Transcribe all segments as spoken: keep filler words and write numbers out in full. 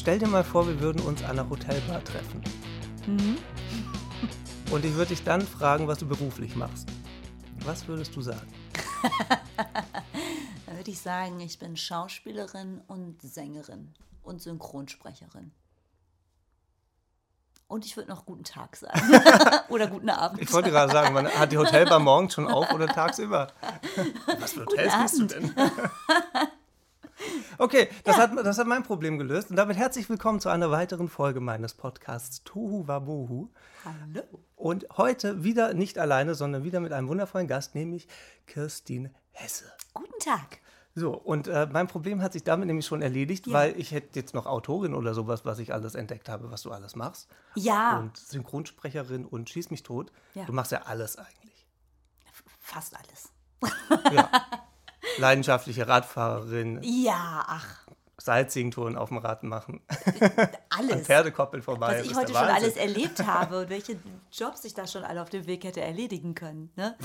stell dir mal vor, wir würden uns an einer Hotelbar treffen. Mhm. Und ich würde dich dann fragen, was du beruflich machst. Was würdest du sagen? Da würde ich sagen, ich bin Schauspielerin und Sängerin und Synchronsprecherin. Und ich würde noch guten Tag sagen. Oder guten Abend. Ich wollte gerade sagen, man hat die Hotelbar morgens schon auf oder tagsüber? Was für Hotels gehst du denn? Okay, das, ja. hat, das hat mein Problem gelöst. Und damit herzlich willkommen zu einer weiteren Folge meines Podcasts Tohu Wabohu. Hallo. Und heute wieder nicht alleine, sondern wieder mit einem wundervollen Gast, nämlich Kirstin Hesse. Guten Tag. So, und äh, mein Problem hat sich damit nämlich schon erledigt, Ja. weil ich hätte jetzt noch Autorin oder sowas, was ich alles entdeckt habe, was du alles machst. Ja. Und Synchronsprecherin und schieß mich tot. Ja. Du machst ja alles eigentlich. Fast alles. Ja. Leidenschaftliche Radfahrerin, Ja, ach, Sightseeing-Touren auf dem Rad machen, an alles. Pferdekoppeln vorbei. Was das ich ist heute der schon Wahnsinn. alles erlebt habe und welche Jobs ich da schon alle auf dem Weg hätte erledigen können. Ne?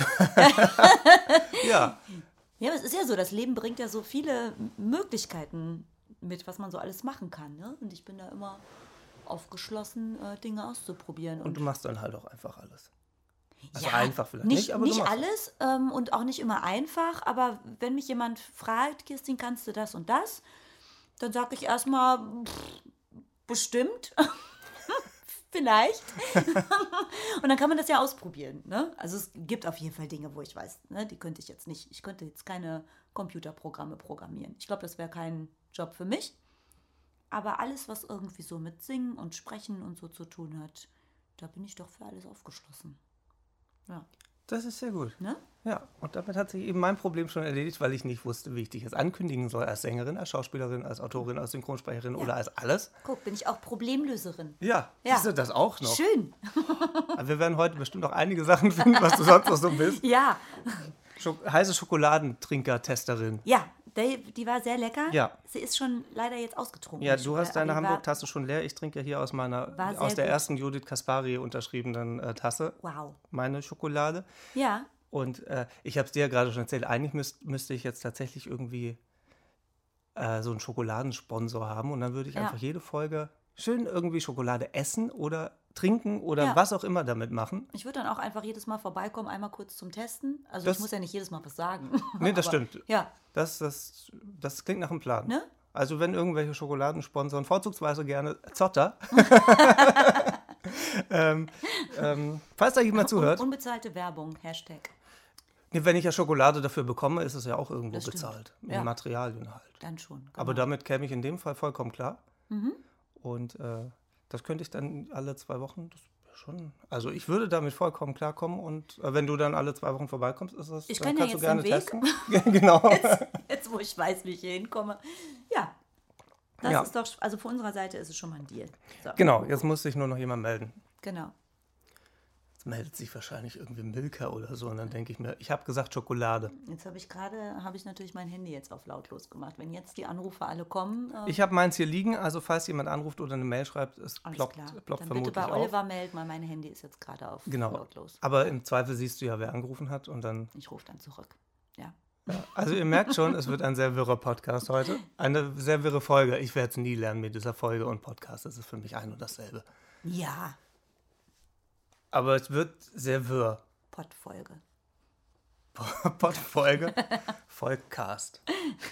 Ja, Ja, aber es ist ja so, das Leben bringt ja so viele Möglichkeiten mit, was man so alles machen kann. Ne? Und ich bin da immer aufgeschlossen, äh, Dinge auszuprobieren. und du machst dann halt auch einfach alles. Also ja, einfach vielleicht nicht, nicht, aber nicht du machst alles ähm, und auch nicht immer einfach, aber wenn mich jemand fragt, Kirstin, kannst du das und das, dann sage ich erstmal, pff, bestimmt, vielleicht. Und dann kann man das ja ausprobieren. Ne? Also es gibt auf jeden Fall Dinge, wo ich weiß, ne, die könnte ich jetzt nicht, ich könnte jetzt keine Computerprogramme programmieren. Ich glaube, das wäre kein Job für mich. Aber alles, was irgendwie so mit Singen und Sprechen und so zu tun hat, da bin ich doch für alles aufgeschlossen. Ja. Das ist sehr gut. Ne? Ja, und damit hat sich eben mein Problem schon erledigt, weil ich nicht wusste, wie ich dich jetzt ankündigen soll, als Sängerin, als Schauspielerin, als Autorin, als Synchronsprecherin Ja. oder als alles. Guck, bin ich auch Problemlöserin. Ja, Ja. siehst du das auch noch? Schön. Aber wir werden heute bestimmt noch einige Sachen finden, was du sonst noch so bist. Ja, Schok- heiße Schokoladentrinker-Testerin. ja, die, die war sehr lecker. Ja. Sie ist schon leider jetzt ausgetrunken. Ja, die du hast Schokolade, deine aber die war- Hamburg-Tasse schon leer. Ich trinke ja hier aus meiner, War sehr aus der gut. ersten Judith Kaspari unterschriebenen äh, Tasse, Wow. meine Schokolade. Ja, Und äh, ich habe es dir ja gerade schon erzählt, eigentlich müsst, müsste ich jetzt tatsächlich irgendwie äh, so einen Schokoladensponsor haben und dann würde ich Ja. einfach jede Folge schön irgendwie Schokolade essen oder trinken oder Ja. was auch immer damit machen. ich würde dann auch einfach jedes Mal vorbeikommen, einmal kurz zum Testen. Also Das- ich muss ja nicht jedes Mal was sagen. Nee, das Aber- stimmt. Ja, Das, das, das klingt nach einem Plan. ne? Also wenn irgendwelche Schokoladensponsoren, vorzugsweise gerne Zotter, ähm, ähm, falls da jemand zuhört, Un unbezahlte Werbung, Hashtag. nee, wenn ich ja Schokolade dafür bekomme, ist es ja auch irgendwo Das stimmt. bezahlt. In Ja. Materialien halt. Dann schon. Genau. Aber damit käme ich in dem Fall vollkommen klar. Mhm. Und äh, das könnte ich dann alle zwei Wochen, das wäre schon, also ich würde damit vollkommen klarkommen und äh, wenn du dann alle zwei Wochen vorbeikommst, ist das, Ich dann kann ja kannst du gerne jetzt den Weg. testen. Genau. Jetzt, wo ich weiß, wie ich hier hinkomme. Ja, das Ja. ist doch, also von unserer Seite ist es schon mal ein Deal. So. Genau, jetzt muss sich nur noch jemand melden. Genau. Jetzt meldet sich wahrscheinlich irgendwie Milka oder so und dann denke ich mir, ich habe gesagt Schokolade. Jetzt habe ich gerade, habe ich natürlich mein Handy jetzt auf lautlos gemacht. Wenn jetzt die Anrufe alle kommen, äh, Ich habe meins hier liegen, also falls jemand anruft oder eine Mail schreibt, es alles ploppt, klar. ploppt Dann vermutlich bitte bei auf. Oliver melden, weil mein Handy ist jetzt gerade auf Genau. lautlos. Aber im Zweifel siehst du ja, wer angerufen hat und dann... Ich rufe dann zurück. Ja. Also ihr merkt schon, es wird ein sehr wirrer Podcast heute. Eine sehr wirre Folge. Ich werde es nie lernen mit dieser Folge und Podcast. Das ist für mich ein und dasselbe. Ja, Aber es wird sehr wirr. Pottfolge. Podfolge, Volkcast.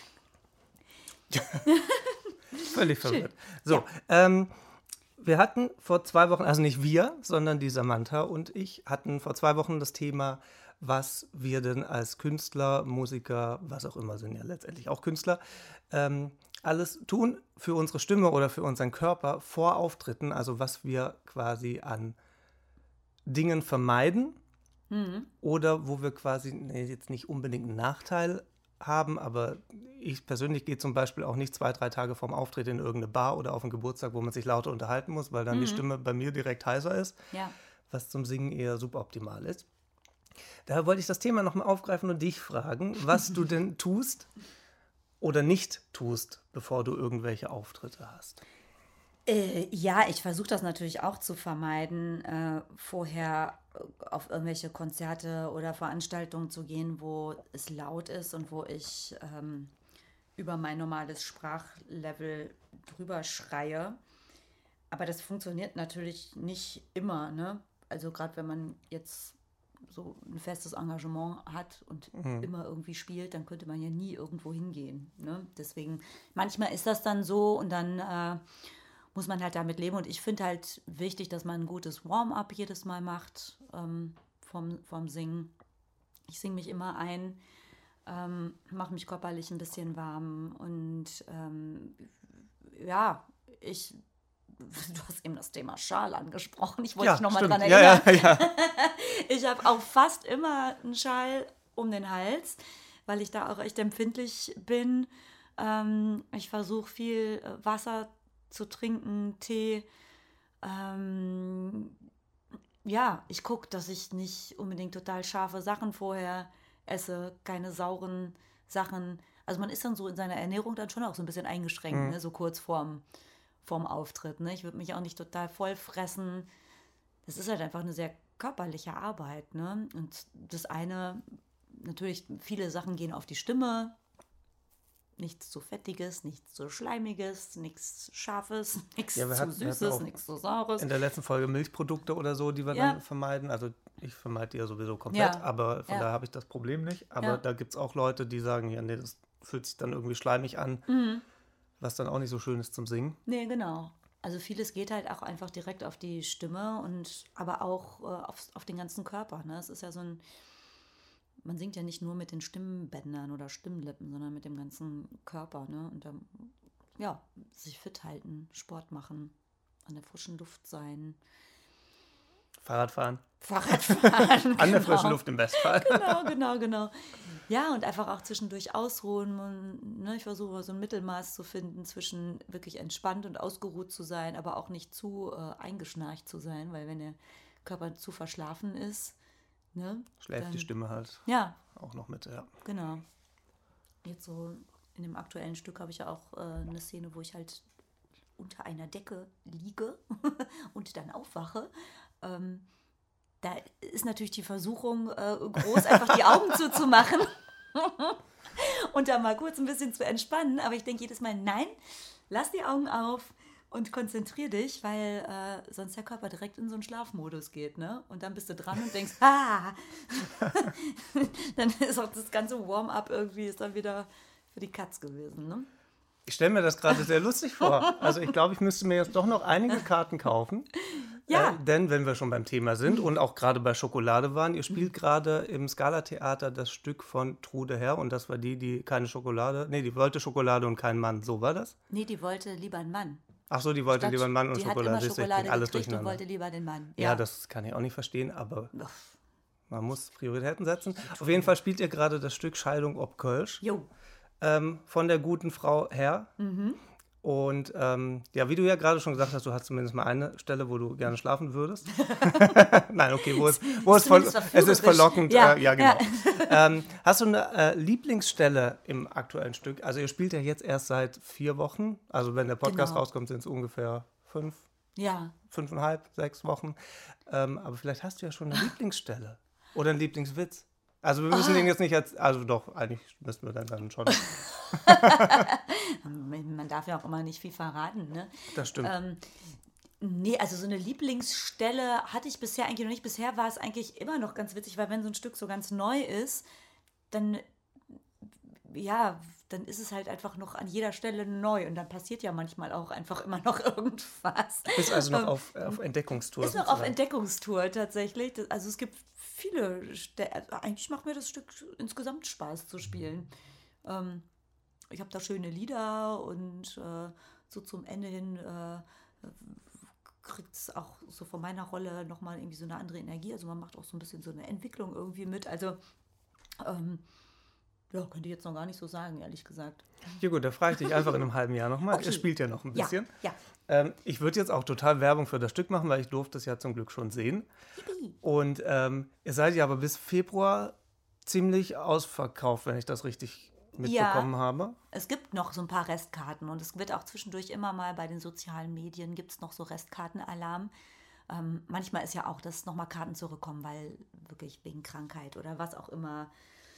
Völlig verwirrt. So, Ja. ähm, wir hatten vor zwei Wochen, also nicht wir, sondern die Samantha und ich hatten vor zwei Wochen das Thema, was wir denn als Künstler, Musiker, was auch immer, sind ja letztendlich auch Künstler, ähm, alles tun für unsere Stimme oder für unseren Körper vor Auftritten, also was wir quasi an Dingen vermeiden oder wo wir quasi nee, jetzt nicht unbedingt einen Nachteil haben, aber ich persönlich gehe zum Beispiel auch nicht zwei, drei Tage vorm Auftritt in irgendeine Bar oder auf einen Geburtstag, wo man sich lauter unterhalten muss, weil dann die Stimme bei mir direkt heiser ist, Ja. was zum Singen eher suboptimal ist. Daher wollte ich das Thema nochmal aufgreifen und dich fragen, was du denn tust oder nicht tust, bevor du irgendwelche Auftritte hast. Äh, ja, ich versuche das natürlich auch zu vermeiden, äh, vorher äh, auf irgendwelche Konzerte oder Veranstaltungen zu gehen, wo es laut ist und wo ich ähm, über mein normales Sprachlevel drüber schreie. Aber das funktioniert natürlich nicht immer, ne? Also gerade wenn man jetzt so ein festes Engagement hat und mhm. immer irgendwie spielt, dann könnte man ja nie irgendwo hingehen, ne? Deswegen, manchmal ist das dann so und dann äh, muss man halt damit leben. Und ich finde halt wichtig, dass man ein gutes Warm-up jedes Mal macht ähm, vom, vom Singen. Ich singe mich immer ein, ähm, mache mich körperlich ein bisschen warm und ähm, ja, ich, du hast eben das Thema Schal angesprochen. Ich wollte ja, dich nochmal dran ja, erinnern. ja, ja. Ich habe auch fast immer einen Schal um den Hals, weil ich da auch echt empfindlich bin. Ähm, ich versuche viel Wasser zu trinken, Tee. Ähm, ja, ich gucke, dass ich nicht unbedingt total scharfe Sachen vorher esse, keine sauren Sachen. Also man ist dann so in seiner Ernährung dann schon auch so ein bisschen eingeschränkt, mhm. ne? So kurz vorm, vorm Auftritt. Ne? Ich würde mich auch nicht total voll fressen. Das ist halt einfach eine sehr körperliche Arbeit. Ne? Und das eine, natürlich, viele Sachen gehen auf die Stimme. Nichts zu Fettiges, nichts zu Schleimiges, nichts Scharfes, nichts ja, zu hatten, Süßes, nichts zu Saures. In der letzten Folge Milchprodukte oder so, die wir ja. dann vermeiden. Also ich vermeide die ja sowieso komplett, ja. aber von ja. daher habe ich das Problem nicht. Aber ja. da gibt es auch Leute, die sagen, ja, nee, das fühlt sich dann irgendwie schleimig an, mhm. was dann auch nicht so schön ist zum Singen. Nee, genau. Also vieles geht halt auch einfach direkt auf die Stimme und aber auch äh, auf, auf den ganzen Körper. Ne? Es ist ja so ein, man singt ja nicht nur mit den Stimmbändern oder Stimmlippen, sondern mit dem ganzen Körper. Ne? Und dann, ja, sich fit halten, Sport machen, an der frischen Luft sein. Fahrradfahren. Fahrradfahren. An der genau. frischen Luft im Bestfall. Genau, genau, genau. Ja, und einfach auch zwischendurch ausruhen. Und, ne, ich versuche so ein Mittelmaß zu finden zwischen wirklich entspannt und ausgeruht zu sein, aber auch nicht zu äh, eingeschnarcht zu sein, weil wenn der Körper zu verschlafen ist, ne, schläft dann, die Stimme halt ja, auch noch mit, ja. Genau. Jetzt so in dem aktuellen Stück habe ich ja auch äh, eine Szene, wo ich halt unter einer Decke liege und dann aufwache. Ähm, da ist natürlich die Versuchung äh, groß, einfach die Augen zuzumachen und da mal kurz ein bisschen zu entspannen. Aber ich denke jedes Mal, nein, lass die Augen auf und konzentrier dich, weil äh, sonst der Körper direkt in so einen Schlafmodus geht, ne? Und dann bist du dran und denkst, ah! Dann ist auch das ganze Warm-up irgendwie ist dann wieder für die Katz gewesen, ne? Ich stelle mir das gerade sehr lustig vor. Also ich glaube, ich müsste mir jetzt doch noch einige Karten kaufen. Ja. Äh, denn wenn wir schon beim Thema sind und auch gerade bei Schokolade waren, ihr spielt gerade im Scala-Theater das Stück von Trude Herr und das war die, die keine Schokolade, nee, die wollte Schokolade und keinen Mann. So war das? Nee, die wollte lieber einen Mann. Ach so, die wollte Statt, lieber einen Mann und die Schokolade. Hat immer Schokolade alles gekriegt durcheinander. Und wollte lieber den Mann. Ja. ja, das kann ich auch nicht verstehen, aber man muss Prioritäten setzen. Auf jeden Fall spielt ihr gerade das Stück Scheidung ob Kölsch. Jo. Ähm, von der guten Frau Herr. Mhm. Und ähm, ja, wie du ja gerade schon gesagt hast, du hast zumindest mal eine Stelle, wo du gerne schlafen würdest. Nein, okay, wo es, wo es, voll, es ist verlockend. Ja, äh, ja genau. Ja. Ähm, hast du eine äh, Lieblingsstelle im aktuellen Stück? Also ihr spielt ja jetzt erst seit vier Wochen. Also wenn der Podcast genau. rauskommt, sind es ungefähr fünf, ja. fünfeinhalb, sechs Wochen. Ähm, aber vielleicht hast du ja schon eine Lieblingsstelle oder einen Lieblingswitz. Also wir müssen oh. den jetzt nicht als, also doch, eigentlich müssen wir dann, dann schon. Man darf ja auch immer nicht viel verraten, ne? Das stimmt. Ähm, nee, also so eine Lieblingsstelle hatte ich bisher eigentlich noch nicht. Bisher war es eigentlich immer noch ganz witzig, weil wenn so ein Stück so ganz neu ist, dann, ja, dann ist es halt einfach noch an jeder Stelle neu und dann passiert ja manchmal auch einfach immer noch irgendwas. Du bist also noch auf, auf Entdeckungstour. Ist noch sozusagen. Auf Entdeckungstour tatsächlich. Also es gibt viele Stellen. Also eigentlich macht mir das Stück insgesamt Spaß zu spielen. Ähm, ich habe da schöne Lieder und äh, so zum Ende hin äh, kriegt es auch so von meiner Rolle nochmal irgendwie so eine andere Energie. Also man macht auch so ein bisschen so eine Entwicklung irgendwie mit. Also ähm, ja, könnte ich jetzt noch gar nicht so sagen, ehrlich gesagt. Ja gut, da frage ich dich einfach in einem halben Jahr nochmal. Okay. Er spielt ja noch ein bisschen. Ja, ja. Ähm, ich würde jetzt auch total Werbung für das Stück machen, weil ich durfte es ja zum Glück schon sehen. Yippie. Und ähm, ihr seid ja aber bis Februar ziemlich ausverkauft, wenn ich das richtig mitbekommen ja, habe. Es gibt noch so ein paar Restkarten und es wird auch zwischendurch immer mal bei den sozialen Medien gibt es noch so Restkartenalarm. Ähm, manchmal ist ja auch, dass nochmal Karten zurückkommen, weil wirklich wegen Krankheit oder was auch immer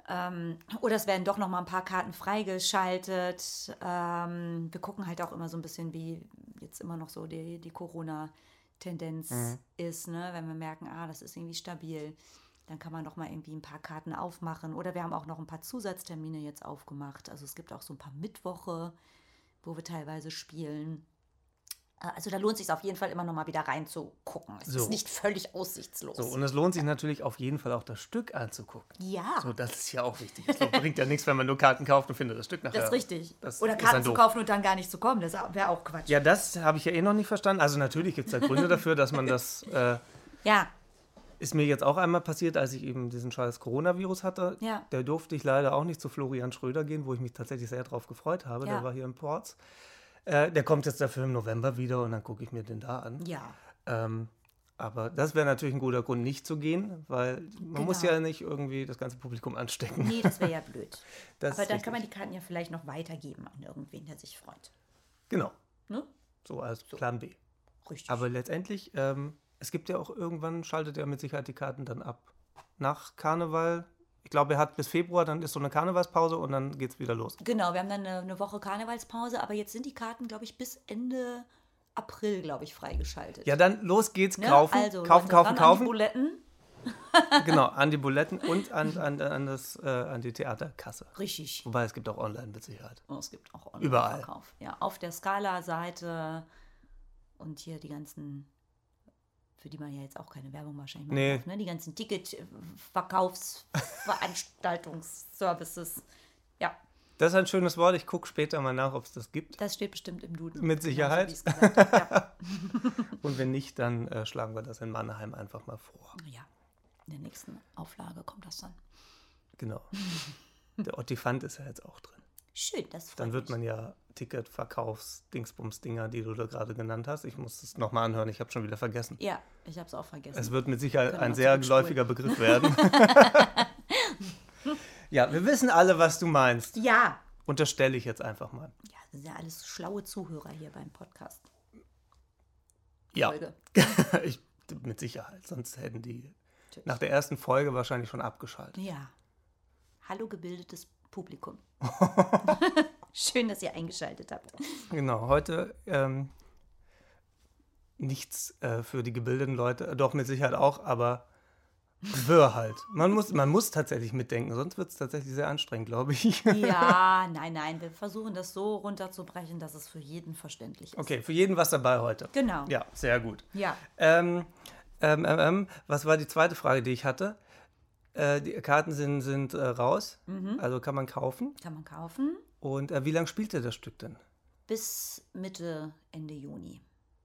Ähm, oder es werden doch noch mal ein paar Karten freigeschaltet. Ähm, wir gucken halt auch immer so ein bisschen, wie jetzt immer noch so die, die Corona-Tendenz Mhm. ist. Ne? Wenn wir merken, ah, das ist irgendwie stabil, dann kann man noch mal irgendwie ein paar Karten aufmachen. Oder wir haben auch noch ein paar Zusatztermine jetzt aufgemacht. Also es gibt auch so ein paar Mittwoche, wo wir teilweise spielen. Also da lohnt es sich auf jeden Fall immer noch mal wieder reinzugucken. Es So. ist nicht völlig aussichtslos. So, und es lohnt sich natürlich auf jeden Fall auch das Stück anzugucken. Ja. So, das ist ja auch wichtig. Es bringt ja nichts, wenn man nur Karten kauft und findet das Stück nachher. Das ist richtig. Das Oder ist Karten dann zu doof. kaufen und dann gar nicht zu kommen. Das wäre auch Quatsch. Ja, das habe ich ja eh noch nicht verstanden. Also natürlich gibt es da Gründe dafür, dass man das... Äh, Ja. Ist mir jetzt auch einmal passiert, als ich eben diesen scheiß Coronavirus hatte. Ja. Da durfte ich leider auch nicht zu Florian Schröder gehen, wo ich mich tatsächlich sehr drauf gefreut habe. Ja. Der war hier in Ports. Äh, der kommt jetzt dafür im November wieder und dann gucke ich mir den da an. Ja. Ähm, aber das wäre natürlich ein guter Grund, nicht zu gehen, weil man Genau. muss ja nicht irgendwie das ganze Publikum anstecken. Nee, das wäre ja blöd. Das Aber ist dann kann man die richtig. Karten ja vielleicht noch weitergeben an irgendwen, der sich freut. Genau, Ne? so als Plan B. Richtig. Aber letztendlich, ähm, es gibt ja auch irgendwann, schaltet er mit Sicherheit die Karten dann ab. Nach Karneval, ich glaube, er hat bis Februar, dann ist so eine Karnevalspause und dann geht es wieder los. Genau, wir haben dann eine, eine Woche Karnevalspause, aber jetzt sind die Karten, glaube ich, bis Ende April, glaube ich, freigeschaltet. Ja, dann los geht's, Ne? kaufen, also, kaufen, Leute, kaufen, ran An die kaufen. Buletten. Genau, an die Buletten und an, an, an, das, äh, an die Theaterkasse. Richtig. Wobei, es gibt auch online mit Sicherheit. Oh, es gibt auch Überall. Online-Verkauf. Ja, auf der Scala-Seite und hier die ganzen, für die man ja jetzt auch keine Werbung wahrscheinlich machen Nee. darf, ne? Die ganzen Ticket-Verkaufs-Veranstaltungsservices. Ja, Das ist ein schönes Wort. Ich gucke später mal nach, ob es das gibt. das steht bestimmt im Duden. Mit Sicherheit. Genauso, wie ich es gesagt habe. Und wenn nicht, dann äh, schlagen wir das in Mannheim einfach mal vor. Ja. ja, in der nächsten Auflage kommt das dann. Genau. Der Ottifant ist ja jetzt auch drin. Schön, das freut Dann wird mich. man ja Ticketverkaufs-Dingsbums-Dinger, die du da gerade genannt hast. Ich muss es nochmal anhören, ich habe schon wieder vergessen. Ja, ich habe es auch vergessen. Es wird mit Sicherheit Können wir ein sehr zurückspulen. geläufiger Begriff werden. Ja, wir wissen alle, was du meinst. ja. Unterstelle ich jetzt einfach mal. Ja, das sind ja alles schlaue Zuhörer hier beim Podcast. Ja, Folge. ich, mit Sicherheit. Sonst hätten die Natürlich. nach der ersten Folge wahrscheinlich schon abgeschaltet. Ja. Hallo gebildetes Publikum. Schön, dass ihr eingeschaltet habt. Genau, heute ähm, nichts äh, für die gebildeten Leute, doch mit Sicherheit auch, aber für halt. Man muss, man muss tatsächlich mitdenken, sonst wird es tatsächlich sehr anstrengend, glaube ich. Ja, nein, nein, wir versuchen das so runterzubrechen, dass es für jeden verständlich ist. Okay, für jeden was dabei heute. Genau. Ja, sehr gut. Ja. Ähm, ähm, ähm, ähm, was war die zweite Frage, die ich hatte? Äh, die Karten sind, sind äh, raus, also kann man kaufen. Kann man kaufen Und äh, wie lange spielt ihr das Stück denn? bis Mitte, Ende Juni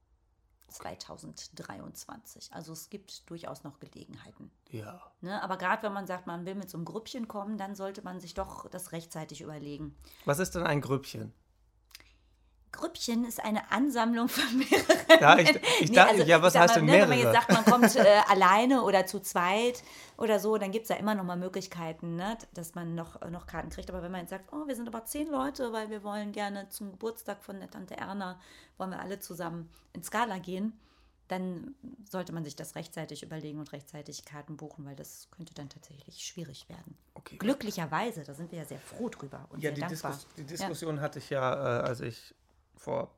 zweitausenddreiundzwanzig. Also es gibt durchaus noch Gelegenheiten. Ja. Ne? Aber gerade wenn man sagt, man will mit so einem Grüppchen kommen, dann sollte man sich doch das rechtzeitig überlegen. Was ist denn ein Grüppchen? Grüppchen ist eine Ansammlung von mehreren. Ja, ich, ich Nee, dachte, also, ja, was ich sag heißt mal, denn ne, mehrere? Wenn man jetzt sagt, man kommt äh, alleine oder zu zweit oder so, dann gibt es ja immer noch mal Möglichkeiten, ne, dass man noch, noch Karten kriegt. Aber wenn man jetzt sagt, oh, wir sind aber zehn Leute, weil wir wollen gerne zum Geburtstag von der Tante Erna, wollen wir alle zusammen in Scala gehen, dann sollte man sich das rechtzeitig überlegen und rechtzeitig Karten buchen, weil das könnte dann tatsächlich schwierig werden. Okay. Glücklicherweise, da sind wir ja sehr froh drüber und Ja, sehr die, dankbar. Diskus die Diskussion hatte ich ja, äh, als ich vor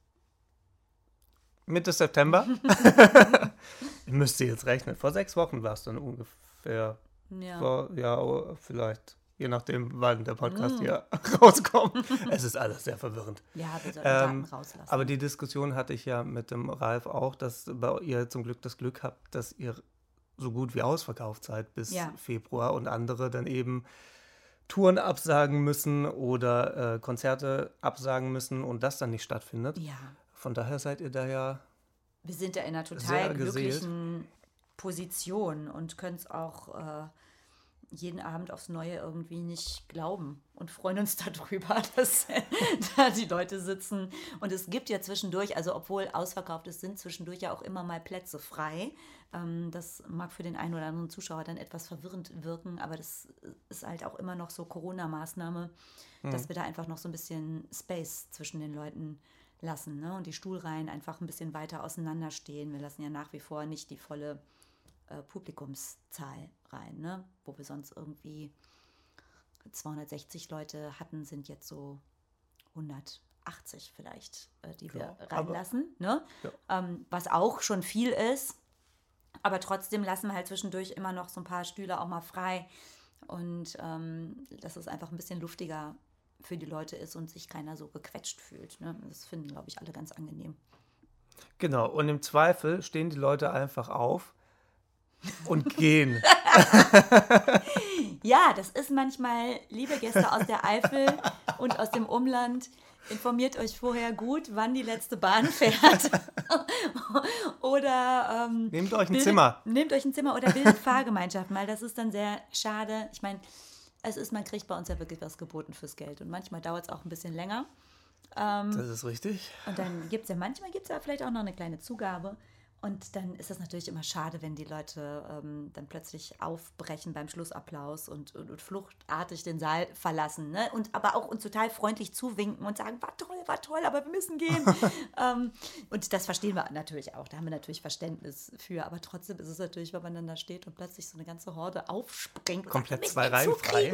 Mitte September, ich müsste jetzt rechnen, vor sechs Wochen war es dann ungefähr, Ja. vor, ja, oh, vielleicht, je nachdem, wann der Podcast Mm. hier rauskommt. Es ist alles sehr verwirrend. Ja, wir sollten Ähm, Daten rauslassen. Aber die Diskussion hatte ich ja mit dem Ralf auch, dass bei ihr zum Glück das Glück habt, dass ihr so gut wie ausverkauft seid bis Ja. Februar und andere dann eben Touren absagen müssen oder äh, Konzerte absagen müssen und das dann nicht stattfindet. ja. Von daher seid ihr da ja, Wir sind ja in einer Sehr total gesät. glücklichen Position und können es auch äh, jeden Abend aufs Neue irgendwie nicht glauben und freuen uns darüber, dass da die Leute sitzen. Und es gibt ja zwischendurch, also obwohl ausverkauft ist, sind zwischendurch ja auch immer mal Plätze frei. Ähm, das mag für den einen oder anderen Zuschauer dann etwas verwirrend wirken, aber das ist halt auch immer noch so Corona-Maßnahme, dass wir da einfach noch so ein bisschen Space zwischen den Leuten lassen, ne? Und die Stuhlreihen einfach ein bisschen weiter auseinander stehen. Wir lassen ja nach wie vor nicht die volle äh, Publikumszahl rein, ne? Wo wir sonst irgendwie zweihundertsechzig Leute hatten, sind jetzt so hundertachtzig vielleicht, äh, die wir Ja, reinlassen. Ne? Ja. Ähm, was auch schon viel ist. Aber trotzdem lassen wir halt zwischendurch immer noch so ein paar Stühle auch mal frei. Und ähm, dass es einfach ein bisschen luftiger für die Leute ist und sich keiner so gequetscht fühlt. Ne? Das finden, glaube ich, alle ganz angenehm. Genau, und im Zweifel stehen die Leute einfach auf und gehen. Ja, das ist manchmal, liebe Gäste aus der Eifel und aus dem Umland, informiert euch vorher gut, wann die letzte Bahn fährt. Oder ähm, Nehmt euch ein bildet, Zimmer. Nehmt euch ein Zimmer oder bildet Fahrgemeinschaften, weil das ist dann sehr schade. Ich meine, es ist, man kriegt bei uns ja wirklich was geboten fürs Geld und manchmal dauert es auch ein bisschen länger. Das ist richtig. Und dann gibt es ja, manchmal gibt es ja vielleicht auch noch eine kleine Zugabe. Und dann ist es natürlich immer schade, wenn die Leute ähm, dann plötzlich aufbrechen beim Schlussapplaus und, und, und fluchtartig den Saal verlassen. Ne? Und aber auch uns total freundlich zuwinken und sagen, war toll, war toll, aber wir müssen gehen. ähm, und das verstehen wir natürlich auch. Da haben wir natürlich Verständnis für. Aber trotzdem ist es natürlich, wenn man dann da steht und plötzlich so eine ganze Horde aufspringt. Und Komplett sagt, zwei Reihen frei.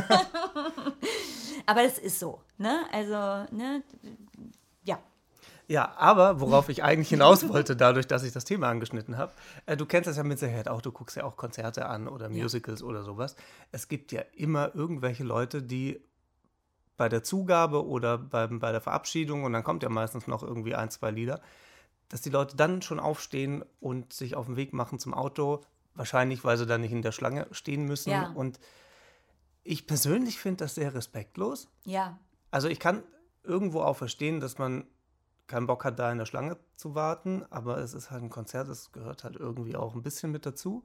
Aber es ist so. Ne? Also, ne? Ja. Ja, aber worauf ich eigentlich hinaus wollte, dadurch, dass ich das Thema angeschnitten habe, äh, du kennst das ja mit Sicherheit auch, du guckst ja auch Konzerte an oder Musicals oder sowas. Es gibt ja immer irgendwelche Leute, die bei der Zugabe oder beim, bei der Verabschiedung, und dann kommt ja meistens noch irgendwie ein, zwei Lieder, dass die Leute dann schon aufstehen und sich auf den Weg machen zum Auto, wahrscheinlich, weil sie dann nicht in der Schlange stehen müssen. Ja. Und ich persönlich finde das sehr respektlos. Ja. Also ich kann irgendwo auch verstehen, dass man keinen Bock hat, da in der Schlange zu warten, aber es ist halt ein Konzert, das gehört halt irgendwie auch ein bisschen mit dazu.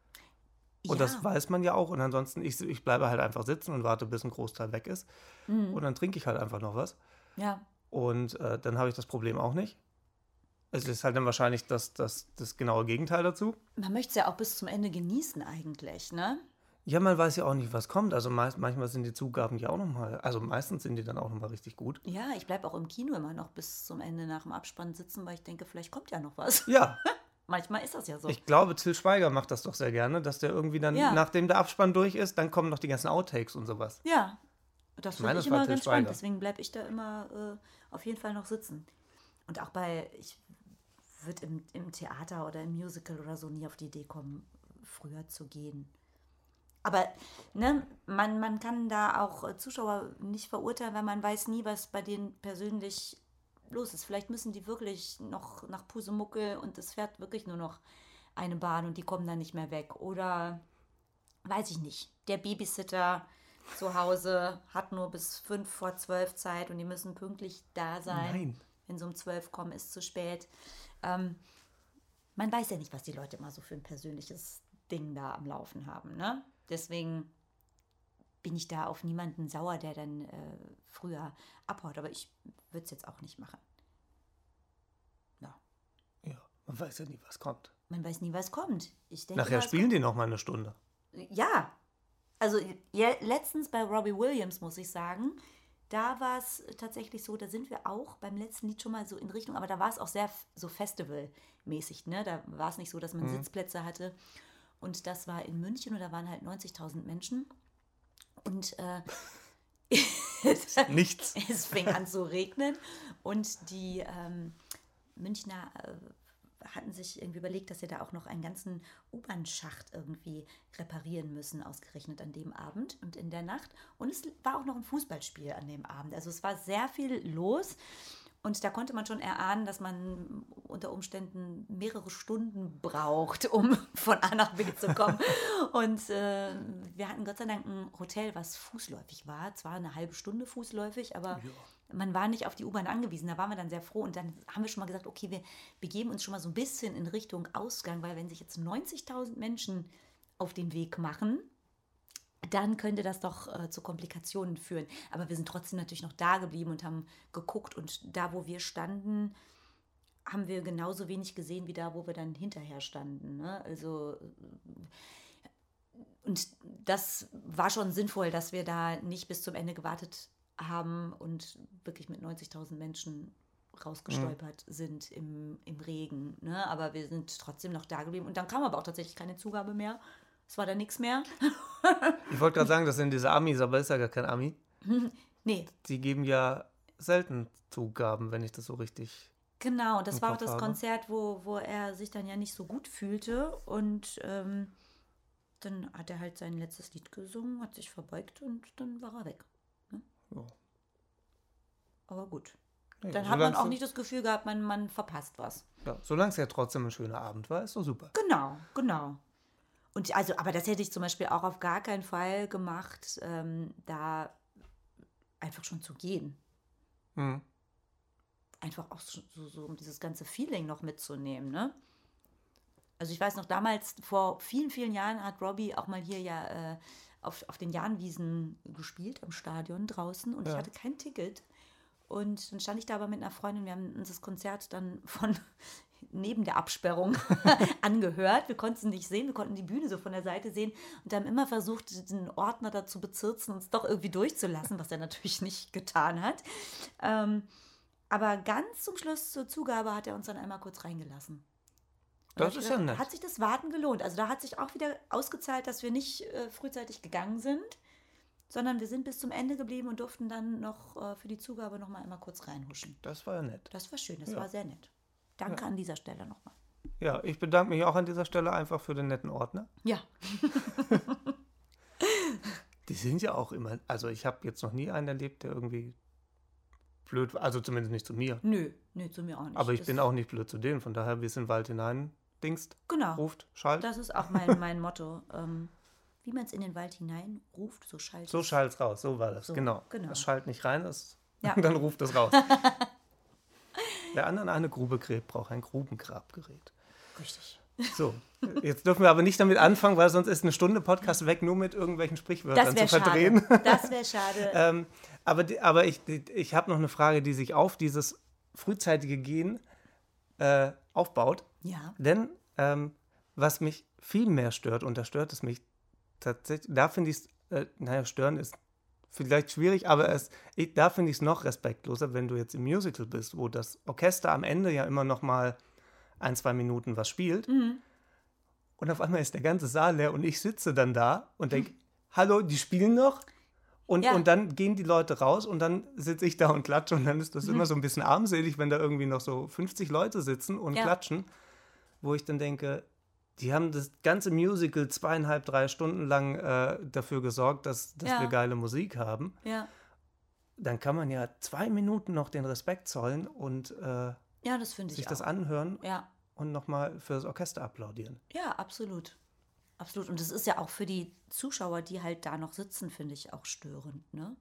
Und Ja. das weiß man ja auch. Und ansonsten, ich, ich bleibe halt einfach sitzen und warte, bis ein Großteil weg ist. Und dann trinke ich halt einfach noch was. Ja. Und äh, dann habe ich das Problem auch nicht. Es ist halt dann wahrscheinlich das, das, das genaue Gegenteil dazu. Man möchte es ja auch bis zum Ende genießen eigentlich, ne? Ja, man weiß ja auch nicht, was kommt. Also meist, manchmal sind die Zugaben ja auch nochmal, also meistens sind die dann auch nochmal richtig gut. Ja, ich bleibe auch im Kino immer noch bis zum Ende nach dem Abspann sitzen, weil ich denke, vielleicht kommt ja noch was. Ja, Manchmal ist das ja so. ich glaube, Till Schweiger macht das doch sehr gerne, dass der irgendwie dann, Ja. nachdem der Abspann durch ist, dann kommen noch die ganzen Outtakes und sowas. Ja, das finde meine, ich das war immer Til ganz spannend. Schweiger. Deswegen bleibe ich da immer äh, auf jeden Fall noch sitzen. Und auch bei, ich würde im, im Theater oder im Musical oder so nie auf die Idee kommen, früher zu gehen. Aber ne, man, man kann da auch äh, Zuschauer nicht verurteilen, weil man weiß nie, was bei denen persönlich los ist. Vielleicht müssen die wirklich noch nach Pusemuckel und es fährt wirklich nur noch eine Bahn und die kommen dann nicht mehr weg. Oder weiß ich nicht, der Babysitter zu Hause hat nur bis fünf vor zwölf Zeit und die müssen pünktlich da sein. Nein. Wenn sie um zwölf kommen, ist zu spät. Ähm, man weiß ja nicht, was die Leute immer so für ein persönliches Ding da am Laufen haben, ne? Deswegen bin ich da auf niemanden sauer, der dann äh, früher abhaut. Aber ich würde es jetzt auch nicht machen. Ja. Ja, man weiß ja nie, was kommt. Man weiß nie, was kommt. Ich denke, Nachher mal, es spielen die noch mal eine Stunde. kommt- Ja. Also ja, letztens bei Robbie Williams, muss ich sagen, da war es tatsächlich so, da sind wir auch beim letzten Lied schon mal so in Richtung, aber da war es auch sehr f- so festivalmäßig, ne? Da war es nicht so, dass man Sitzplätze hatte. Und das war in München und da waren halt neunzigtausend Menschen. Und äh, Nichts. es fing an zu regnen und die ähm, Münchner äh, hatten sich irgendwie überlegt, dass sie da auch noch einen ganzen U-Bahn-Schacht irgendwie reparieren müssen, ausgerechnet an dem Abend und in der Nacht. Und es war auch noch ein Fußballspiel an dem Abend. Also es war sehr viel los. Und da konnte man schon erahnen, dass man unter Umständen mehrere Stunden braucht, um von A nach B zu kommen. Und äh, wir hatten Gott sei Dank ein Hotel, was fußläufig war. Zwar eine halbe Stunde fußläufig, aber man war nicht auf die U-Bahn angewiesen. Da waren wir dann sehr froh. Und dann haben wir schon mal gesagt, okay, wir begeben uns schon mal so ein bisschen in Richtung Ausgang, weil wenn sich jetzt neunzigtausend Menschen auf den Weg machen, dann könnte das doch äh, zu Komplikationen führen. Aber wir sind trotzdem natürlich noch da geblieben und haben geguckt. Und da, wo wir standen, haben wir genauso wenig gesehen wie da, wo wir dann hinterher standen. Ne? Also, und das war schon sinnvoll, dass wir da nicht bis zum Ende gewartet haben und wirklich mit neunzigtausend Menschen rausgestolpert mhm. sind im, im Regen. Ne? Aber wir sind trotzdem noch da geblieben. Und dann kam aber auch tatsächlich keine Zugabe mehr. es war dann nichts mehr. Ich wollte gerade sagen, das sind diese Amis, aber ist ja gar kein Ami. Nee, Die geben ja selten Zugaben, wenn ich das so richtig... genau. Und das im war auch Kopf das habe. Konzert, wo, wo er sich dann ja nicht so gut fühlte. Und ähm, dann hat er halt sein letztes Lied gesungen, hat sich verbeugt und dann war er weg. Ja. Aber gut. Nee, Dann hat man solange auch es- nicht das Gefühl gehabt, man, man verpasst was. Ja, solange es ja trotzdem ein schöner Abend war, ist doch super. Genau, genau. Und also, aber das hätte ich zum Beispiel auch auf gar keinen Fall gemacht, ähm, da einfach schon zu gehen. Mhm. Einfach auch so, so, so, um dieses ganze Feeling noch mitzunehmen, ne? Also ich weiß noch, damals, vor vielen, vielen Jahren hat Robbie auch mal hier ja äh, auf, auf den Jahnwiesen gespielt, im Stadion draußen. Und ich Ja. hatte kein Ticket. Und dann stand ich da aber mit einer Freundin, wir haben uns das Konzert dann von neben der Absperrung angehört. Wir konnten es nicht sehen, wir konnten die Bühne so von der Seite sehen und haben immer versucht, den Ordner dazu bezirzen, uns doch irgendwie durchzulassen, was er natürlich nicht getan hat. Ähm, aber ganz zum Schluss zur Zugabe hat er uns dann einmal kurz reingelassen. Da Das hab ich ist ja gedacht, nett. Hat sich das Warten gelohnt? Also da hat sich auch wieder ausgezahlt, dass wir nicht äh, frühzeitig gegangen sind, sondern wir sind bis zum Ende geblieben und durften dann noch äh, für die Zugabe noch mal einmal kurz reinhuschen. Das war ja nett. Das war schön, das Ja. war sehr nett. Danke an dieser Stelle nochmal. Ja, ich bedanke mich auch an dieser Stelle einfach für den netten Ordner. Ja, Die sind ja auch immer, also ich habe jetzt noch nie einen erlebt, der irgendwie blöd war, also zumindest nicht zu mir. nö, nö, zu mir auch nicht. Aber ich das, bin auch nicht blöd zu denen, von daher, wie es in den Wald hinein dingst, Genau, ruft, schallt, das ist auch mein, mein Motto. Ähm, wie man es in den Wald hinein ruft, so schallt so es. schallt's raus, so war das, So, genau. genau. Es schallt nicht rein, es, Ja. dann ruft es raus. Wer anderen eine Grube gräbt, braucht ein Grubengrabgerät. Richtig. So, jetzt dürfen wir aber nicht damit anfangen, weil sonst ist eine Stunde Podcast weg, nur mit irgendwelchen Sprichwörtern Das zu wäre verdrehen. schade. Das wäre schade. Ähm, aber die, aber ich, die, ich habe noch eine Frage, die sich auf dieses frühzeitige Gehen äh, aufbaut. Ja. Denn ähm, was mich viel mehr stört, und da stört es mich tatsächlich, da finde ich es, äh, naja, stören ist vielleicht schwierig, aber es, ich, da finde ich es noch respektloser, wenn du jetzt im Musical bist, wo das Orchester am Ende ja immer noch mal ein, zwei Minuten was spielt. Mhm. Und auf einmal ist der ganze Saal leer und ich sitze dann da und denke, hallo, die spielen noch? Und, Ja. und dann gehen die Leute raus und dann sitze ich da und klatsche und dann ist Mhm. das immer so ein bisschen armselig, wenn da irgendwie noch so fünfzig Leute sitzen und Ja. klatschen, wo ich dann denke, die haben das ganze Musical zweieinhalb, drei Stunden lang äh, dafür gesorgt, dass, dass Ja. wir geile Musik haben. Ja. Dann kann man ja zwei Minuten noch den Respekt zollen und äh, Ja, das finde ich sich auch. das anhören Ja. und nochmal für das Orchester applaudieren. Ja, absolut. Absolut. Und das ist ja auch für die Zuschauer, die halt da noch sitzen, finde ich auch störend, ne?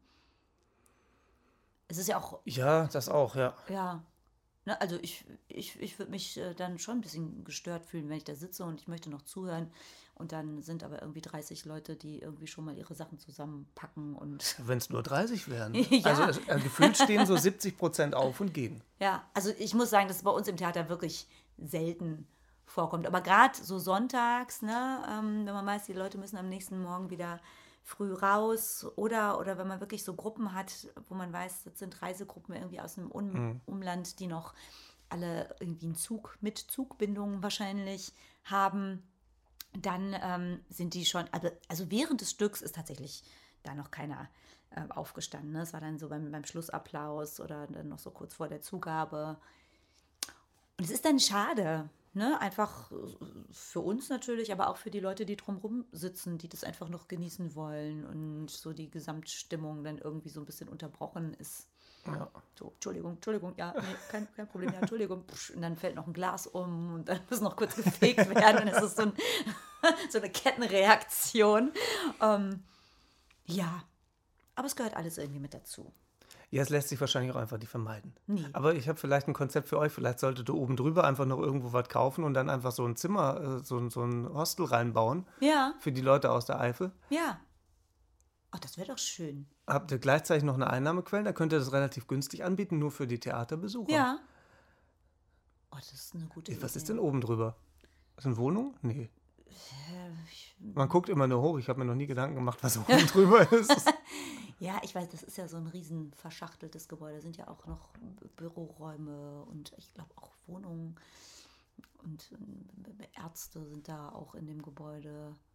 Es ist ja auch, Ja, das auch, ja. ja, ne, also ich, ich, ich würde mich äh, dann schon ein bisschen gestört fühlen, wenn ich da sitze und ich möchte noch zuhören und dann sind aber irgendwie dreißig Leute, die irgendwie schon mal ihre Sachen zusammenpacken und Wenn es nur dreißig wären. Ja. Also es, äh, gefühlt stehen so siebzig Prozent auf und gehen. ja, also ich muss sagen, dass es bei uns im Theater wirklich selten vorkommt. Aber gerade so sonntags, ne, ähm, wenn man weiß, die Leute müssen am nächsten Morgen wieder früh raus oder, oder wenn man wirklich so Gruppen hat, wo man weiß, das sind Reisegruppen irgendwie aus dem um Umland, die noch alle irgendwie einen Zug mit Zugbindungen wahrscheinlich haben, dann ähm, sind die schon, also, also während des Stücks ist tatsächlich da noch keiner äh, aufgestanden. Ne? Es war dann so beim, beim Schlussapplaus oder dann noch so kurz vor der Zugabe. Und es ist dann schade, ne? Einfach äh, für uns natürlich, aber auch für die Leute, die drumherum sitzen, die das einfach noch genießen wollen und so die Gesamtstimmung dann irgendwie so ein bisschen unterbrochen ist. Ja. So, Entschuldigung, Entschuldigung, ja, nee, kein, kein Problem, ja, Entschuldigung. Psch, und dann fällt noch ein Glas um und dann muss noch kurz gefegt werden und es ist so, ein, so eine Kettenreaktion. Ähm, ja, aber es gehört alles irgendwie mit dazu. Ja, es lässt sich wahrscheinlich auch einfach nicht vermeiden. Nee. Aber ich habe vielleicht ein Konzept für euch. Vielleicht solltet ihr oben drüber einfach noch irgendwo was kaufen und dann einfach so ein Zimmer, äh, so, ein- so ein Hostel reinbauen Ja, für die Leute aus der Eifel. ja. Ach, das wäre doch schön. Habt ihr gleichzeitig noch eine Einnahmequelle? Da könnt ihr das relativ günstig anbieten, nur für die Theaterbesucher. Ja. Oh, das ist eine gute Idee. Was ist denn oben drüber? Ist eine Wohnung? Nee. Äh, ich- Man guckt immer nur hoch. Ich habe mir noch nie Gedanken gemacht, was oben drüber ist. Ja, ich weiß, das ist ja so ein riesen verschachteltes Gebäude. Da sind ja auch noch B- Büroräume und ich glaube auch Wohnungen. Und ähm, Ärzte sind da auch in dem Gebäude.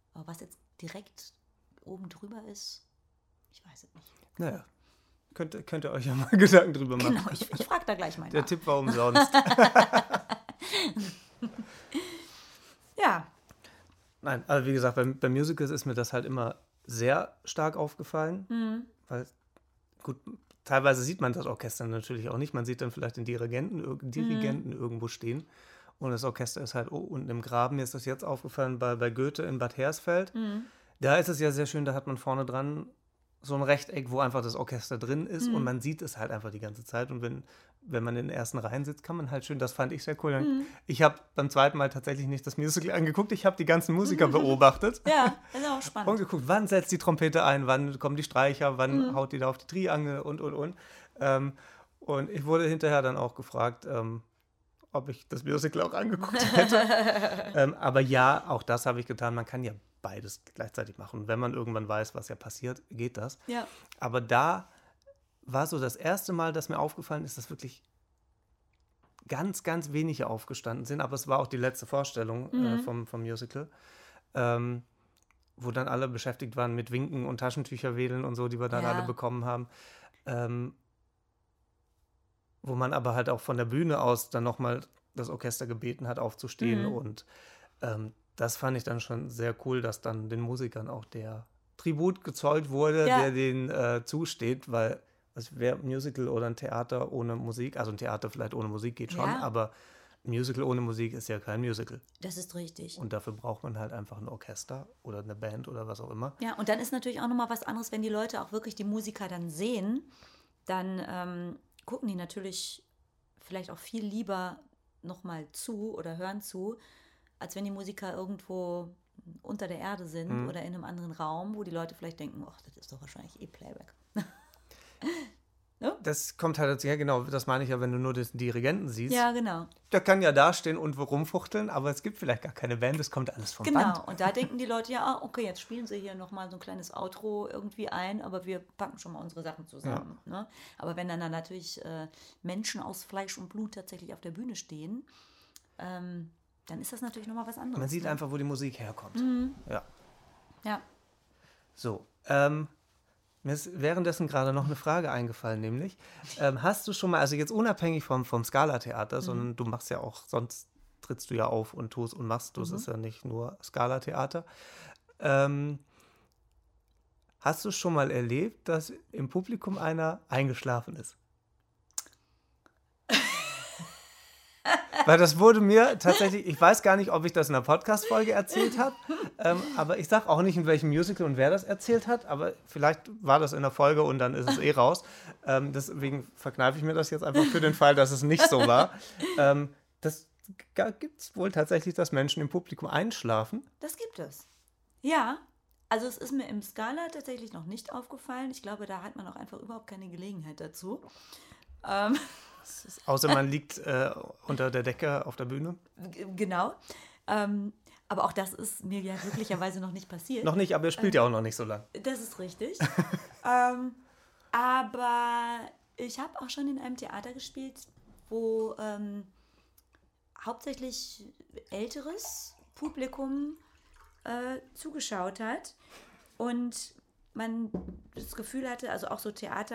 Aber was jetzt direkt oben drüber ist, ich weiß es nicht. Naja, könnt, könnt ihr euch ja mal Gedanken drüber machen. Genau, ich, ich frage da gleich mal Der nach. Tipp war umsonst. Ja. Nein, also wie gesagt, bei, bei Musicals ist mir das halt immer sehr stark aufgefallen, Mhm. weil, gut, teilweise sieht man das Orchester natürlich auch nicht. Man sieht dann vielleicht den Dirigenten, ir- Dirigenten irgendwo stehen und das Orchester ist halt oh, unten im Graben. Mir ist das jetzt aufgefallen bei, bei Goethe in Bad Hersfeld. Mhm. Da ist es ja sehr schön, da hat man vorne dran so ein Rechteck, wo einfach das Orchester drin ist und man sieht es halt einfach die ganze Zeit. Und wenn, wenn man in den ersten Reihen sitzt, kann man halt schön, das fand ich sehr cool. Dann, Ich habe beim zweiten Mal tatsächlich nicht das Musical angeguckt, ich habe die ganzen Musiker beobachtet Ja, das ist auch und spannend. geguckt, wann setzt die Trompete ein, wann kommen die Streicher, wann haut die da auf die Triangel und, und, und. Ähm, und ich wurde hinterher dann auch gefragt, ähm, ob ich das Musical auch angeguckt hätte. ähm, aber ja, auch das habe ich getan. Man kann ja beides gleichzeitig machen. Und wenn man irgendwann weiß, was ja passiert, geht das. Ja. Aber da war so das erste Mal, dass mir aufgefallen ist, dass wirklich ganz, ganz wenige aufgestanden sind. Aber es war auch die letzte Vorstellung äh, vom, vom Musical, ähm, wo dann alle beschäftigt waren mit Winken und Taschentücher wedeln und so, die wir dann Ja. alle bekommen haben. Ähm, wo man aber halt auch von der Bühne aus dann nochmal das Orchester gebeten hat, aufzustehen. Mhm. Und Und ähm, das fand ich dann schon sehr cool, dass dann den Musikern auch der Tribut gezollt wurde, Ja. der denen äh, zusteht, weil es wäre ein Musical oder ein Theater ohne Musik, also ein Theater vielleicht ohne Musik geht schon, Ja. aber ein Musical ohne Musik ist ja kein Musical. das ist richtig. Und dafür braucht man halt einfach ein Orchester oder eine Band oder was auch immer. Ja, und dann ist natürlich auch nochmal was anderes, wenn die Leute auch wirklich die Musiker dann sehen, dann ähm, gucken die natürlich vielleicht auch viel lieber nochmal zu oder hören zu, als wenn die Musiker irgendwo unter der Erde sind oder in einem anderen Raum, wo die Leute vielleicht denken, ach, das ist doch wahrscheinlich eh Playback. Das kommt halt, ja genau, das meine ich ja, wenn du nur den Dirigenten siehst. Ja, genau. Der kann ja dastehen und rumfuchteln, aber es gibt vielleicht gar keine Band, es kommt alles vom Genau, Band. und da denken die Leute, ja, ah, okay, jetzt spielen sie hier nochmal so ein kleines Outro irgendwie ein, aber wir packen schon mal unsere Sachen zusammen. Ne? Aber wenn dann, dann natürlich äh, Menschen aus Fleisch und Blut tatsächlich auf der Bühne stehen, ähm, dann ist das natürlich nochmal was anderes. Man sieht ne? einfach, wo die Musik herkommt. Ja. Ja. So, ähm, mir ist währenddessen gerade noch eine Frage eingefallen, nämlich, ähm, hast du schon mal, also jetzt unabhängig vom, vom Scala-Theater, sondern du machst ja auch, sonst trittst du ja auf und tust und machst, du, es ist ja nicht nur Scala-Theater. Ähm, hast du schon mal erlebt, dass im Publikum einer eingeschlafen ist? Weil das wurde mir tatsächlich, ich weiß gar nicht, ob ich das in einer Podcast-Folge erzählt habe, ähm, aber ich sage auch nicht, in welchem Musical und wer das erzählt hat, aber vielleicht war das in der Folge und dann ist es eh raus. Ähm, deswegen verkneife ich mir das jetzt einfach für den Fall, dass es nicht so war. Ähm, das gibt es wohl tatsächlich, dass Menschen im Publikum einschlafen. Das gibt es. Ja, also es ist mir im Scala tatsächlich noch nicht aufgefallen. Ich glaube, da hat man auch einfach überhaupt keine Gelegenheit dazu. Ähm, Ist, außer man liegt äh, unter der Decke auf der Bühne. g- genau. Ähm, aber auch das ist mir ja glücklicherweise noch nicht passiert. Noch nicht, aber er spielt ja auch noch nicht so lang. Das ist richtig. ähm, aber ich habe auch schon in einem Theater gespielt, wo ähm, hauptsächlich älteres Publikum äh, zugeschaut hat und man das Gefühl hatte, also auch so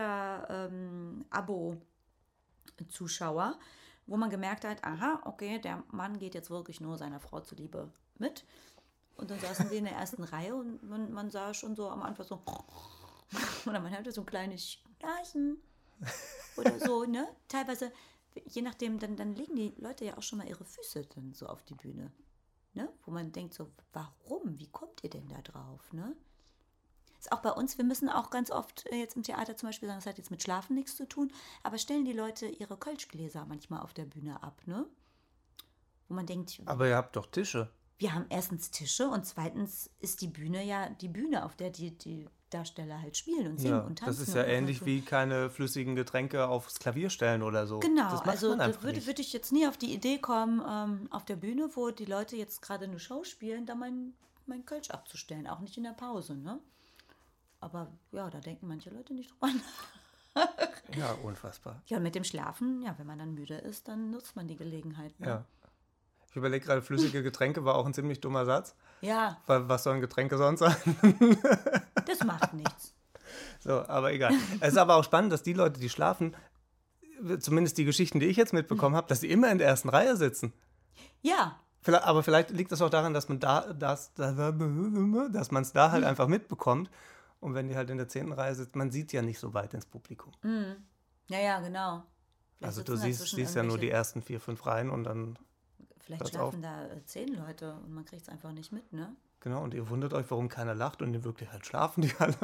Theater-Abo-Zuschauer, wo man gemerkt hat, aha, okay, der Mann geht jetzt wirklich nur seiner Frau zuliebe mit. Und dann saßen sie in der ersten Reihe und man, man sah schon so am Anfang so, oder man hörte so ein kleines Schnarchen oder so, ne? Teilweise, je nachdem, dann, dann legen die Leute ja auch schon mal ihre Füße dann so auf die Bühne, ne? Wo man denkt so, warum? Wie kommt ihr denn da drauf, ne? Ist auch bei uns, wir müssen auch ganz oft äh, jetzt im Theater zum Beispiel sagen, das hat jetzt mit Schlafen nichts zu tun, aber stellen die Leute ihre Kölschgläser manchmal auf der Bühne ab, ne? Wo man denkt, Aber ihr habt doch Tische. wir haben erstens Tische und zweitens ist die Bühne ja die Bühne, auf der die, die Darsteller halt spielen und singen Ja, und tanzen. das ist ja und ähnlich so. wie keine flüssigen Getränke aufs Klavier stellen oder so. Genau, das macht also man da einfach würde, nicht. würde ich jetzt nie auf die Idee kommen, ähm, auf der Bühne, wo die Leute jetzt gerade eine Show spielen, da mein, mein Kölsch abzustellen, auch nicht in der Pause, ne? Aber ja, da denken manche Leute nicht drüber nach. Ja, unfassbar. Ja, und mit dem Schlafen, ja, wenn man dann müde ist, dann nutzt man die Gelegenheit. Ne? Ja. Ich überlege gerade, flüssige Getränke war auch ein ziemlich dummer Satz. Ja, Weil was sollen Getränke sonst sein? das macht nichts. So, aber egal. Es ist aber auch spannend, dass die Leute, die schlafen, zumindest die Geschichten, die ich jetzt mitbekommen habe, dass die immer in der ersten Reihe sitzen. Ja, Vielleicht, aber vielleicht liegt das auch daran, dass man da, dass, dass man es da halt einfach mitbekommt. Und wenn die halt in der zehnten Reihe sitzt, man sieht ja nicht so weit ins Publikum. ja, ja, genau. Vielleicht Also sitzen du siehst, dazwischen siehst ja nur die irgendwelche- ersten vier, fünf Reihen und dann, Vielleicht Hört's schlafen da äh, zehn Leute und man kriegt es einfach nicht mit, ne? genau, und ihr wundert euch, warum keiner lacht und in Wirklichkeit schlafen die alle.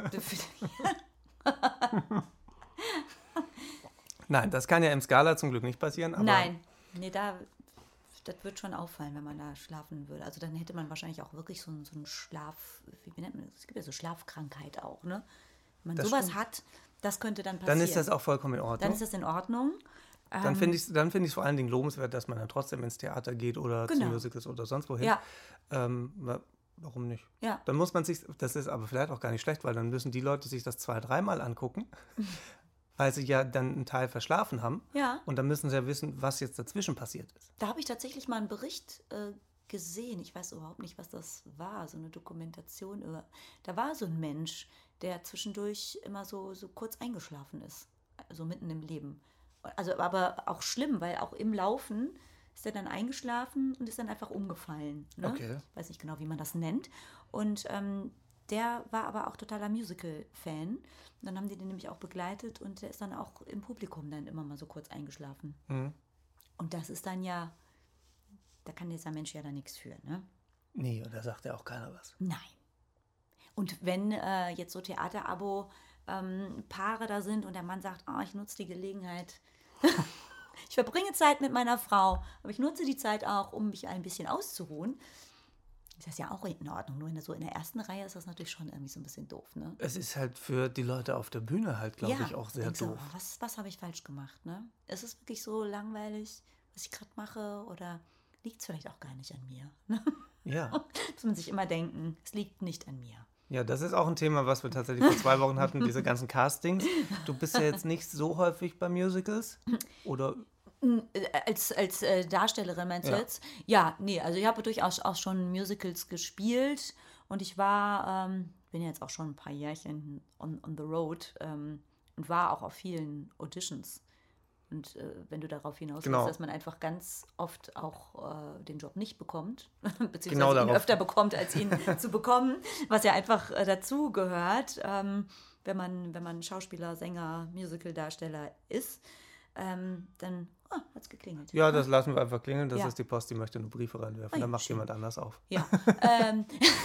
Nein, das kann ja im Skala zum Glück nicht passieren. Aber Nein, nee, da, das wird schon auffallen, wenn man da schlafen würde. Also dann hätte man wahrscheinlich auch wirklich so einen, so einen Schlaf, wie wie nennt man das? Es gibt ja so Schlafkrankheit auch, ne? Wenn man Das sowas stimmt. hat, das könnte dann passieren. Dann ist das auch vollkommen in Dann Ordnung. ist das in Ordnung. Dann finde ich es dann find ich's vor allen Dingen lobenswert, dass man dann trotzdem ins Theater geht oder zu Genau. Musicals oder sonst wohin. Ja. Ähm, wa- warum nicht? Ja. Dann muss man sich, das ist aber vielleicht auch gar nicht schlecht, weil dann müssen die Leute sich das zwei, dreimal angucken, weil sie ja dann einen Teil verschlafen haben. Ja. Und dann müssen sie ja wissen, was jetzt dazwischen passiert ist. Da habe ich tatsächlich mal einen Bericht äh, gesehen. Ich weiß überhaupt nicht, was das war. So eine Dokumentation über. Da war so ein Mensch, der zwischendurch immer so, so kurz eingeschlafen ist. So mitten im Leben. Also aber auch schlimm, weil auch im Laufen ist er dann eingeschlafen und ist dann einfach umgefallen. Ne? Okay. Weiß nicht genau, wie man das nennt. Und ähm, der war aber auch totaler Musical-Fan. Und dann haben die den nämlich auch begleitet und der ist dann auch im Publikum dann immer mal so kurz eingeschlafen. Mhm. Und das ist dann ja, da kann dieser Mensch ja dann nichts für, ne? Nee, und da sagt ja auch keiner was. Nein. Und wenn äh, jetzt so Theaterabo ähm, Paare da sind und der Mann sagt, oh, ich nutze die Gelegenheit, ich verbringe Zeit mit meiner Frau, aber ich nutze die Zeit auch, um mich ein bisschen auszuruhen, ist das ja auch in Ordnung. Nur in der, so in der ersten Reihe ist das natürlich schon irgendwie so ein bisschen doof, ne? Es ist halt für die Leute auf der Bühne halt, glaube ich, auch sehr denkst du, doof. oh, was was habe ich falsch gemacht, ne? Ist es wirklich so langweilig, was ich gerade mache, oder liegt es vielleicht auch gar nicht an mir? Ne? Ja. Muss man sich immer denken, es liegt nicht an mir. Ja, das ist auch ein Thema, was wir tatsächlich vor zwei Wochen hatten, diese ganzen Castings. Du bist ja jetzt nicht so häufig bei Musicals, oder? Äh, Als, als äh, Darstellerin meinst du Ja. jetzt? Ja, nee, also ich habe durchaus auch schon Musicals gespielt und ich war, ähm, bin jetzt auch schon ein paar Jährchen on, on the road ähm, und war auch auf vielen Auditions. Und äh, wenn du darauf hinaus Genau. willst, dass man einfach ganz oft auch äh, den Job nicht bekommt, beziehungsweise Genau ihn darauf. öfter bekommt, als ihn zu bekommen, was ja einfach äh, dazu gehört, ähm, wenn man, wenn man Schauspieler, Sänger, Musical-Darsteller ist, ähm, dann oh, hat es geklingelt. Ja, das lassen wir einfach klingeln. Das Ja. ist die Post, die möchte nur Briefe reinwerfen. Oh ja, Dann macht schön. jemand anders auf. Ja, ähm,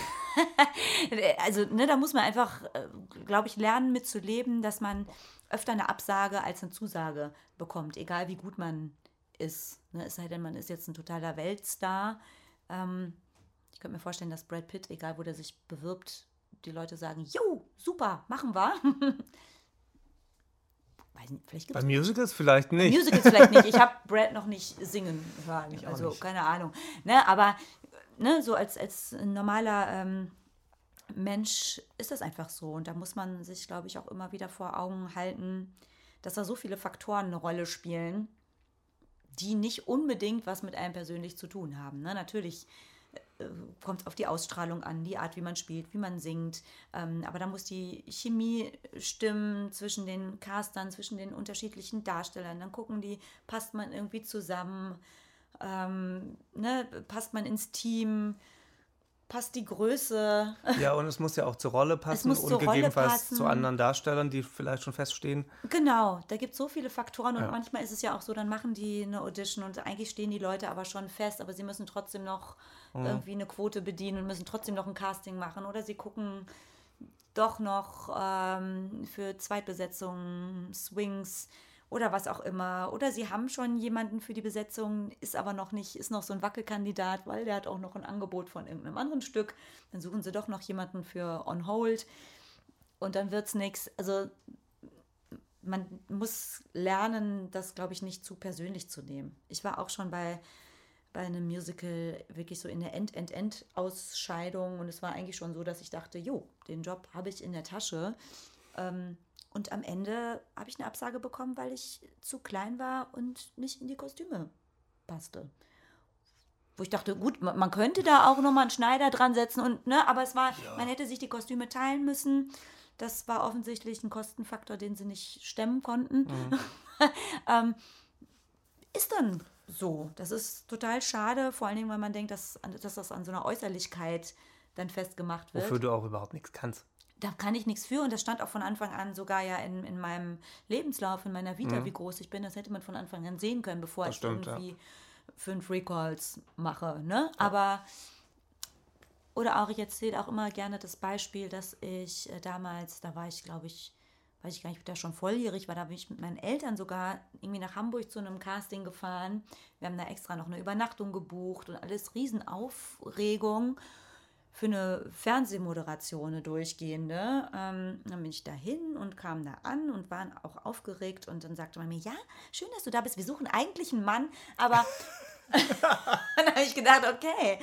also ne, da muss man einfach, äh, glaube ich, lernen mitzuleben, dass man öfter eine Absage als eine Zusage bekommt, egal wie gut man ist. Ne, es sei denn, man ist jetzt ein totaler Weltstar. Ähm, ich könnte mir vorstellen, dass Brad Pitt, egal wo der sich bewirbt, die Leute sagen, jo, super, machen wir. Weiß nicht, vielleicht gibt Bei es Musicals vielleicht nicht. Musicals vielleicht nicht. Ich habe Brad noch nicht singen hören. Ich auch Also nicht. keine Ahnung. Ne, aber ne, so als, als ein normaler ähm, Mensch ist das einfach so. Und da muss man sich, glaube ich, auch immer wieder vor Augen halten, dass da so viele Faktoren eine Rolle spielen, die nicht unbedingt was mit einem persönlich zu tun haben. Ne? Natürlich äh, kommt es auf die Ausstrahlung an, die Art, wie man spielt, wie man singt. Ähm, aber da muss die Chemie stimmen zwischen den Castern, zwischen den unterschiedlichen Darstellern. Dann gucken die, passt man irgendwie zusammen, ähm, ne? Passt man ins Team, passt die Größe. Ja, und es muss ja auch zur Rolle passen muss und zur Rolle gegebenenfalls passen. zu anderen Darstellern, die vielleicht schon feststehen. Genau, da gibt es so viele Faktoren und Ja. manchmal ist es ja auch so, dann machen die eine Audition und eigentlich stehen die Leute aber schon fest, aber sie müssen trotzdem noch Mhm. irgendwie eine Quote bedienen und müssen trotzdem noch ein Casting machen oder sie gucken doch noch ähm, für Zweitbesetzungen, Swings oder was auch immer. Oder sie haben schon jemanden für die Besetzung, ist aber noch nicht, ist noch so ein Wackelkandidat, weil der hat auch noch ein Angebot von irgendeinem anderen Stück. Dann suchen sie doch noch jemanden für On Hold und dann wird's nichts. Also man muss lernen, das, glaube ich, nicht zu persönlich zu nehmen. Ich war auch schon bei, bei einem Musical wirklich so in der End-End-End-Ausscheidung und es war eigentlich schon so, dass ich dachte, jo, den Job habe ich in der Tasche. Ähm, und am Ende habe ich eine Absage bekommen, weil ich zu klein war und nicht in die Kostüme passte. wo ich dachte, gut, man, man könnte da auch nochmal einen Schneider dran setzen, und, ne, aber es war, Ja. man hätte sich die Kostüme teilen müssen. Das war offensichtlich ein Kostenfaktor, den sie nicht stemmen konnten. ähm, ist dann so. Das ist total schade, vor allen Dingen, weil man denkt, dass, dass das an so einer Äußerlichkeit dann festgemacht wird. Wofür du auch überhaupt nichts kannst. Da kann ich nichts für, und das stand auch von Anfang an sogar ja in, in meinem Lebenslauf, in meiner Vita, wie groß ich bin. Das hätte man von Anfang an sehen können, bevor Das ich stimmt, irgendwie ja. fünf Recalls mache. Ne? Aber, oder auch, ich erzähle auch immer gerne das Beispiel, dass ich äh, damals, da war ich, glaube ich, weiß ich gar nicht, ob da schon volljährig war, da bin ich mit meinen Eltern sogar irgendwie nach Hamburg zu einem Casting gefahren. Wir haben da extra noch eine Übernachtung gebucht und alles, Riesenaufregung für eine Fernsehmoderation, eine durchgehende. Ähm, dann bin ich da hin und kam da an und waren auch aufgeregt, und dann sagte man mir, ja, schön, dass du da bist, wir suchen eigentlich einen Mann, aber dann habe ich gedacht, okay,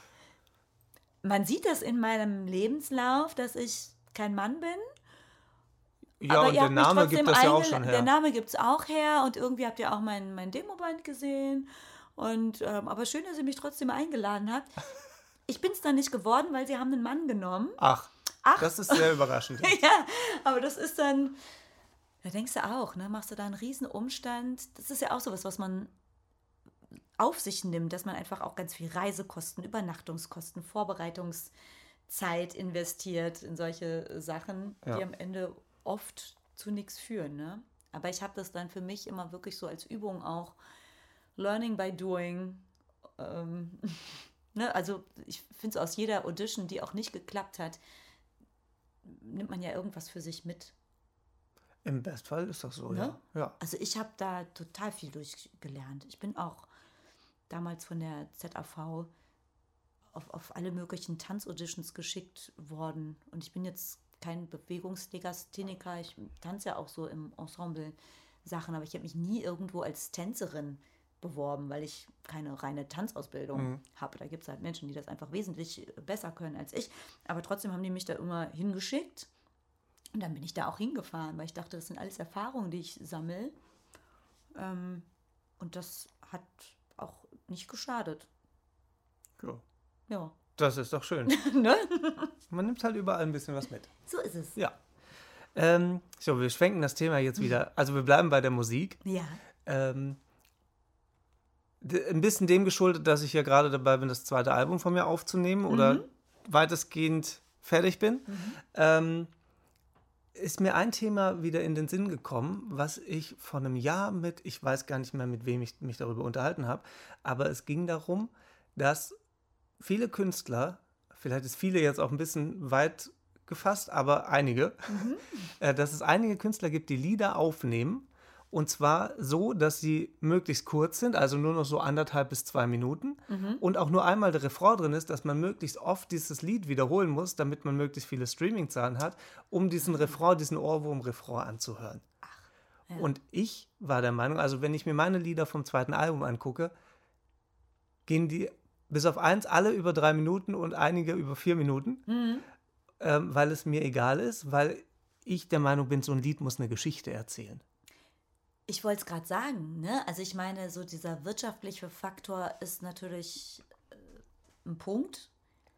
man sieht das in meinem Lebenslauf, dass ich kein Mann bin. Ja, Aber und ihr der habt mich Name trotzdem gibt das ja auch eingela- schon her. Der Name gibt es auch her, und irgendwie habt ihr auch mein, mein Demoband gesehen. Und, ähm, aber schön, dass ihr mich trotzdem eingeladen habt. Ich bin es dann nicht geworden, weil sie haben einen Mann genommen. Ach, Ach. das ist sehr überraschend. Ja, aber das ist dann, da denkst du auch, ne, machst du da einen riesen Umstand. Das ist ja auch sowas, was man auf sich nimmt, dass man einfach auch ganz viel Reisekosten, Übernachtungskosten, Vorbereitungszeit investiert in solche Sachen, Ja. die am Ende oft zu nichts führen. Ne? Aber ich habe das dann für mich immer wirklich so als Übung auch, Learning by Doing. Ähm, ne? Also ich finde es aus jeder Audition, die auch nicht geklappt hat, nimmt man ja irgendwas für sich mit. Im Bestfall ist das so, Ne? ja. ja. Also ich habe da total viel durchgelernt. Ich bin auch damals von der Z A V auf, auf alle möglichen Tanzauditions geschickt worden. Und ich bin jetzt kein Bewegungslegastheniker. Ich tanze ja auch so im Ensemble Sachen, aber ich habe mich nie irgendwo als Tänzerin beworben, weil ich keine reine Tanzausbildung Mhm. habe. Da gibt es halt Menschen, die das einfach wesentlich besser können als ich. Aber trotzdem haben die mich da immer hingeschickt. Und dann bin ich da auch hingefahren, weil ich dachte, das sind alles Erfahrungen, die ich sammle. Ähm, und das hat auch nicht geschadet. Ja. Ja. Das ist doch schön. Ne? Man nimmt halt überall ein bisschen was mit. So ist es. Ja. Ähm, so, wir schwenken das Thema jetzt wieder. Also wir bleiben bei der Musik. Ja. Ähm, d- ein bisschen dem geschuldet, dass ich ja gerade dabei bin, das zweite Album von mir aufzunehmen oder weitestgehend fertig bin. Ähm, ist mir ein Thema wieder in den Sinn gekommen, was ich vor einem Jahr mit, ich weiß gar nicht mehr, mit wem ich mich darüber unterhalten habe, aber es ging darum, dass viele Künstler, vielleicht ist viele jetzt auch ein bisschen weit gefasst, aber einige, äh, dass es einige Künstler gibt, die Lieder aufnehmen, und zwar so, dass sie möglichst kurz sind, also nur noch so anderthalb bis zwei Minuten, und auch nur einmal der Refrain drin ist, dass man möglichst oft dieses Lied wiederholen muss, damit man möglichst viele Streaming-Zahlen hat, um diesen Refrain, diesen Ohrwurm-Refrain anzuhören. Ja. Und ich war der Meinung, also wenn ich mir meine Lieder vom zweiten Album angucke, gehen die bis auf eins alle über drei Minuten und einige über vier Minuten, Mhm. ähm, weil es mir egal ist, weil ich der Meinung bin, so ein Lied muss eine Geschichte erzählen. Ich wollte es gerade sagen, ne? Also ich meine, so dieser wirtschaftliche Faktor ist natürlich äh, ein Punkt,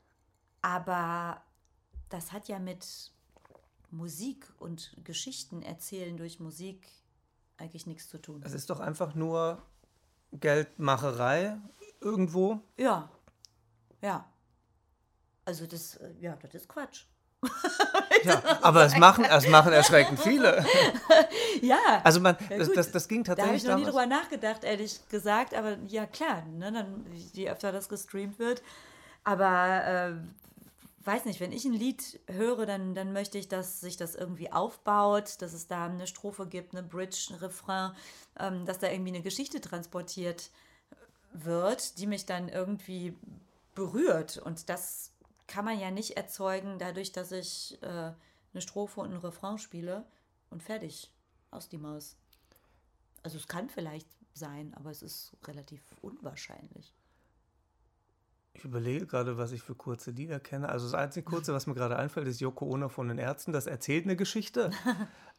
aber das hat ja mit Musik und Geschichten erzählen durch Musik eigentlich nichts zu tun. Es ist doch einfach nur Geldmacherei irgendwo. Ja, ja. Also das, äh, ja, das ist Quatsch. Ja, aber es machen, es machen erschreckend viele. Ja, Also man, Ja, das, gut. das, das ging da habe tatsächlich ich noch nie damals. drüber nachgedacht, ehrlich gesagt. Aber ja, klar, ne, dann, je öfter das gestreamt wird. Aber äh, weiß nicht, wenn ich ein Lied höre, dann, dann möchte ich, dass sich das irgendwie aufbaut, dass es da eine Strophe gibt, eine Bridge, ein Refrain, ähm, dass da irgendwie eine Geschichte transportiert wird, die mich dann irgendwie berührt. Und das kann man ja nicht erzeugen, dadurch, dass ich äh, eine Strophe und ein Refrain spiele und fertig, aus die Maus. Also es kann vielleicht sein, aber es ist relativ unwahrscheinlich. Ich überlege gerade, was ich für kurze Lieder kenne. Also das einzige kurze, was mir gerade einfällt, ist Yoko Ono von den Ärzten. Das erzählt eine Geschichte,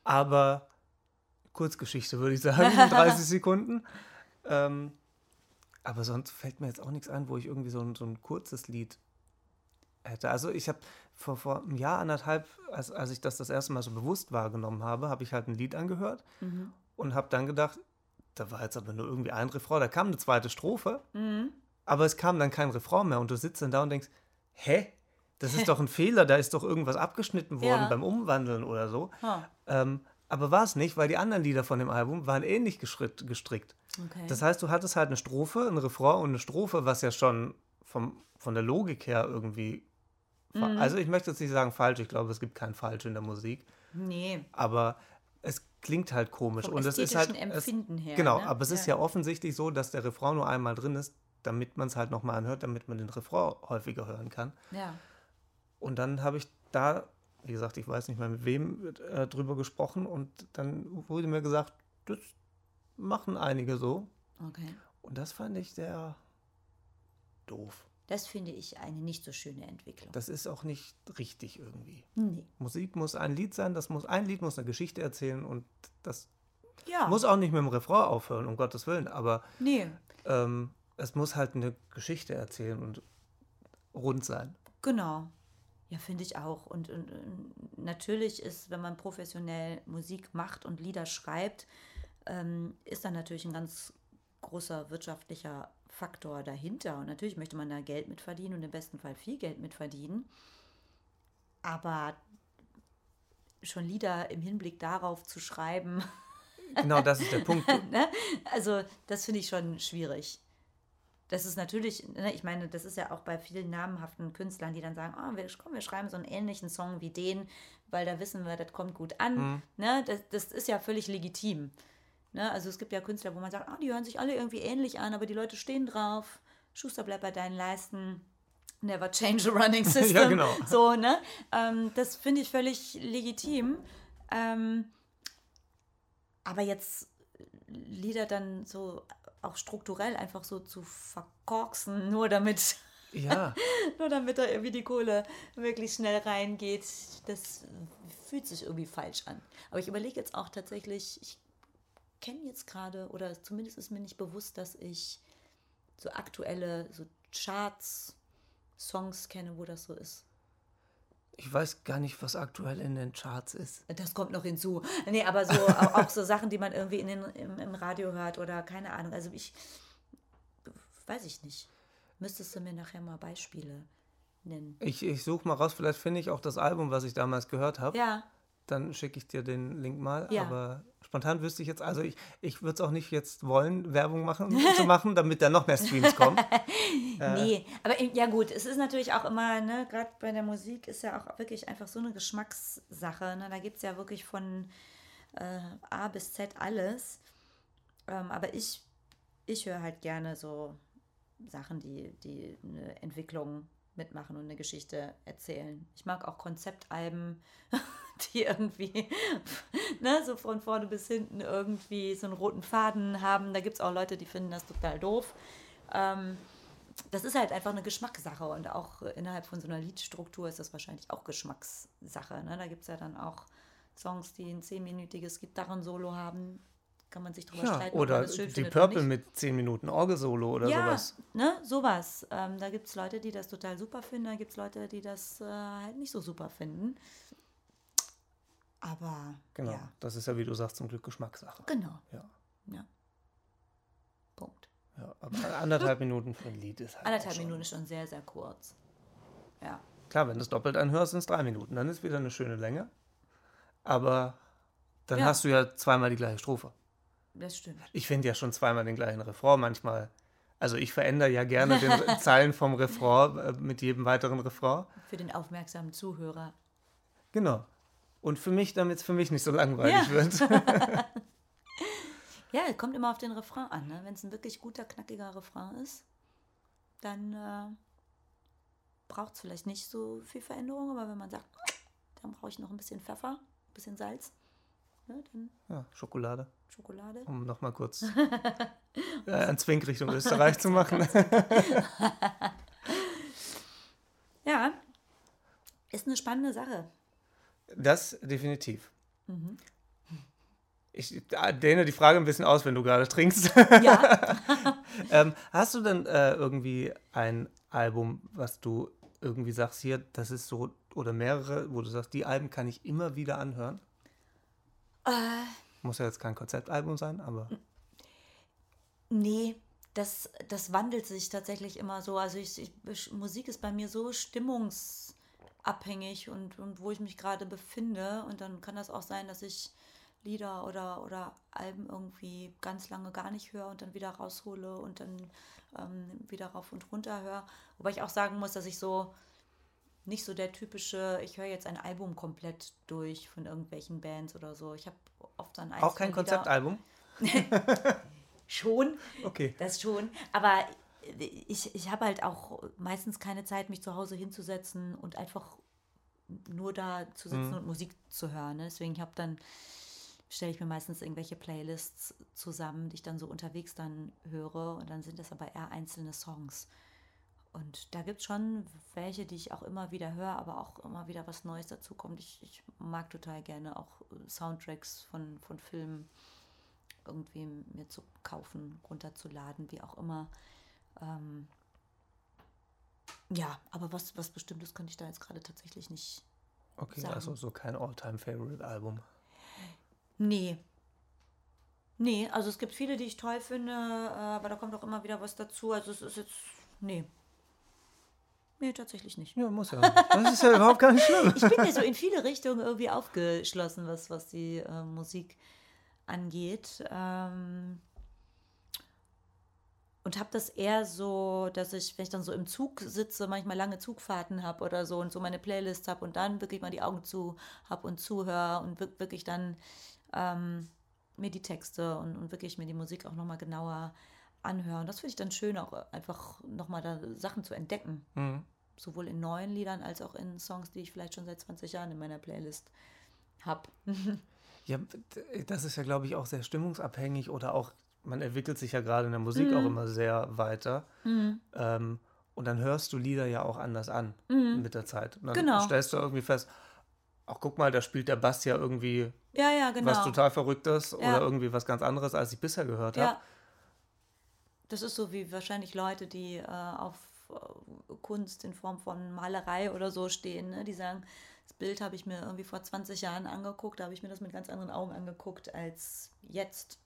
aber Kurzgeschichte würde ich sagen, in dreißig Sekunden. Ähm, Aber sonst fällt mir jetzt auch nichts ein, wo ich irgendwie so ein, so ein kurzes Lied hätte. Also ich habe vor, vor einem Jahr, anderthalb, als, als ich das das erste Mal so bewusst wahrgenommen habe, habe ich halt ein Lied angehört Mhm. und habe dann gedacht, da war jetzt aber nur irgendwie ein Refrain, da kam eine zweite Strophe, Mhm. aber es kam dann kein Refrain mehr und du sitzt dann da und denkst, hä? Das ist doch ein Fehler, da ist doch irgendwas abgeschnitten worden Ja. beim Umwandeln oder so. Ha. Ähm, aber war es nicht, weil die anderen Lieder von dem Album waren ähnlich geschritt, gestrickt. Okay. Das heißt, du hattest halt eine Strophe, ein Refrain und eine Strophe, was ja schon vom, von der Logik her irgendwie... fa- Mhm. Also ich möchte jetzt nicht sagen falsch, ich glaube, es gibt kein Falsch in der Musik, Nee, aber es klingt halt komisch. vom und es ist halt ästhetischen es, Empfinden her. Genau, ne? aber es ist ja offensichtlich so, dass der Refrain nur einmal drin ist, damit man es halt nochmal anhört, damit man den Refrain häufiger hören kann. Ja. Und dann habe ich da, wie gesagt, ich weiß nicht mehr mit wem äh, drüber gesprochen und dann wurde mir gesagt, das machen einige so. Okay. Und das fand ich sehr doof. Das finde ich eine nicht so schöne Entwicklung. Das ist auch nicht richtig irgendwie. Nee. Musik muss ein Lied sein, das muss ein Lied muss eine Geschichte erzählen und das Ja. muss auch nicht mit dem Refrain aufhören, um Gottes Willen, aber Nee. ähm, es muss halt eine Geschichte erzählen und rund sein. Genau. Ja, finde ich auch. Und, und, und natürlich ist, wenn man professionell Musik macht und Lieder schreibt, ähm, ist da natürlich ein ganz großer wirtschaftlicher Faktor dahinter. Und natürlich möchte man da Geld mit verdienen und im besten Fall viel Geld mit verdienen. Aber schon Lieder im Hinblick darauf zu schreiben, Genau, das ist der Punkt. ne? Also das finde ich schon schwierig. Das ist natürlich, ne, ich meine, das ist ja auch bei vielen namhaften Künstlern, die dann sagen, oh, wir, komm, wir schreiben so einen ähnlichen Song wie den, weil da wissen wir, das kommt gut an. Mhm. Ne? Das, das ist ja völlig legitim. Ne? Also es gibt ja Künstler, wo man sagt, oh, die hören sich alle irgendwie ähnlich an, aber die Leute stehen drauf. Schuster, bleib bei deinen Leisten. Never change a running system. Ja, genau. So, ne? Ähm, das finde ich völlig legitim. Ähm, aber jetzt Lieder dann so auch strukturell einfach so zu verkorksen, nur damit, Ja, nur damit da irgendwie die Kohle wirklich schnell reingeht, das fühlt sich irgendwie falsch an. Aber ich überlege jetzt auch tatsächlich, ich kenne jetzt gerade, oder zumindest ist mir nicht bewusst, dass ich so aktuelle so Charts, Songs kenne, wo das so ist. ich weiß gar nicht, was aktuell in den Charts ist. Das kommt noch hinzu. Nee, aber so auch, auch so Sachen, die man irgendwie in den, im, im Radio hört oder keine Ahnung. Also ich weiß ich nicht. Müsstest du mir nachher mal Beispiele nennen? Ich, ich suche mal raus, vielleicht finde ich auch das Album, was ich damals gehört habe. Ja, Dann schicke ich dir den Link mal. Ja. Aber spontan wüsste ich jetzt, also ich, ich würde es auch nicht jetzt wollen, Werbung machen, zu machen, damit da noch mehr Streams kommen. nee. Aber in- ja gut, es ist natürlich auch immer, ne, gerade bei der Musik ist ja auch wirklich einfach so eine Geschmackssache. Ne? Da gibt es ja wirklich von äh, A bis Z alles. Ähm, aber ich, ich höre halt gerne so Sachen, die, die eine Entwicklung mitmachen und eine Geschichte erzählen. Ich mag auch Konzeptalben, die irgendwie ne, so von vorne bis hinten irgendwie so einen roten Faden haben. Da gibt es auch Leute, die finden das total doof. Ähm, das ist halt einfach eine Geschmackssache und auch innerhalb von so einer Liedstruktur ist das wahrscheinlich auch Geschmackssache. Ne? Da gibt es ja dann auch Songs, die ein zehnminütiges Gitarrensolo haben. Kann man sich drüber Ja, streiten, ob oder man das schön die findet Purple oder nicht. mit zehn Minuten Orgelsolo oder Ja, sowas. ne, sowas. Ähm, da gibt es Leute, die das total super finden, da gibt es Leute, die das äh, halt nicht so super finden. Aber, Genau, ja, das ist ja, wie du sagst, zum Glück Geschmackssache. genau. Ja, Ja. Punkt. ja, aber anderthalb Minuten für ein Lied ist halt Anderthalb auch schon. Minuten ist schon sehr, sehr kurz. Ja. Klar, wenn du es doppelt anhörst, sind es drei Minuten. Dann ist wieder eine schöne Länge. Aber dann Ja. hast du ja zweimal die gleiche Strophe. Das stimmt. Ich finde ja schon zweimal den gleichen Refrain manchmal. Also ich verändere ja gerne den Zeilen vom Refrain äh, mit jedem weiteren Refrain. Für den aufmerksamen Zuhörer. Genau. Und für mich, damit es für mich nicht so langweilig Ja. wird. Ja, es kommt immer auf den Refrain an. Ne? Wenn es ein wirklich guter, knackiger Refrain ist, dann äh, braucht es vielleicht nicht so viel Veränderung. Aber wenn man sagt, dann brauche ich noch ein bisschen Pfeffer, ein bisschen Salz, ne? Dann Ja, Schokolade, Schokolade. um nochmal kurz äh, einen Zwink Richtung Österreich zu machen. Ja, ist eine spannende Sache. Das definitiv. Mhm. Ich dehne die Frage ein bisschen aus, wenn du gerade trinkst. Ja, ähm, hast du denn äh, irgendwie ein Album, was du irgendwie sagst, hier, das ist so, oder mehrere, wo du sagst, die Alben kann ich immer wieder anhören? Äh, Muss ja jetzt kein Konzeptalbum sein, aber... nee, das, das wandelt sich tatsächlich immer so. Also ich, ich, Musik ist bei mir so stimmungsabhängig und, und wo ich mich gerade befinde. Und dann kann das auch sein, dass ich Lieder oder, oder Alben irgendwie ganz lange gar nicht höre und dann wieder raushole und dann ähm, wieder rauf und runter höre. Wobei ich auch sagen muss, dass ich so nicht so der typische, ich höre jetzt ein Album komplett durch von irgendwelchen Bands oder so. Ich habe oft dann ein, Auch kein zwei Konzeptalbum? Schon, Okay. das schon. Aber ich, ich habe halt auch meistens keine Zeit, mich zu Hause hinzusetzen und einfach nur da zu sitzen Mhm. und Musik zu hören. Ne? Deswegen habe dann stelle ich mir meistens irgendwelche Playlists zusammen, die ich dann so unterwegs dann höre. Und dann sind das aber eher einzelne Songs. Und da gibt es schon welche, die ich auch immer wieder höre, aber auch immer wieder was Neues dazu kommt. Ich, ich mag total gerne auch Soundtracks von, von Filmen irgendwie mir zu kaufen, runterzuladen, wie auch immer. Ähm ja, aber was, was Bestimmtes könnte ich da jetzt gerade tatsächlich nicht Okay, sagen. also so kein All-Time-Favorite-Album. Nee. Nee, also es gibt viele, die ich toll finde, aber da kommt auch immer wieder was dazu. Also es ist jetzt, nee. Nee, tatsächlich nicht. Ja, muss ja. Das ist ja überhaupt gar nicht schlimm. Ich bin ja so in viele Richtungen irgendwie aufgeschlossen, was, was die äh, Musik angeht. Ähm, und habe das eher so, dass ich, wenn ich dann so im Zug sitze, manchmal lange Zugfahrten habe oder so und so meine Playlist habe und dann wirklich mal die Augen zu habe und zuhöre und wir- wirklich dann ähm, mir die Texte und, und wirklich mir die Musik auch nochmal genauer anhöre. Und das finde ich dann schön, auch einfach nochmal da Sachen zu entdecken. Mhm. Sowohl in neuen Liedern als auch in Songs, die ich vielleicht schon seit zwanzig Jahren in meiner Playlist habe. Ja, d- das ist ja, glaube ich, auch sehr stimmungsabhängig oder auch, man entwickelt sich ja gerade in der Musik auch immer sehr weiter. Ähm, und dann hörst du Lieder ja auch anders an mit der Zeit. Und dann Genau. stellst du irgendwie fest, ach guck mal, da spielt der Bass ja irgendwie Ja, ja, genau. was total Verrücktes Ja. oder irgendwie was ganz anderes, als ich bisher gehört habe. Ja. Das ist so wie wahrscheinlich Leute, die äh, auf äh, Kunst in Form von Malerei oder so stehen. Ne? Die sagen, das Bild habe ich mir irgendwie vor zwanzig Jahren angeguckt, da habe ich mir das mit ganz anderen Augen angeguckt als jetzt,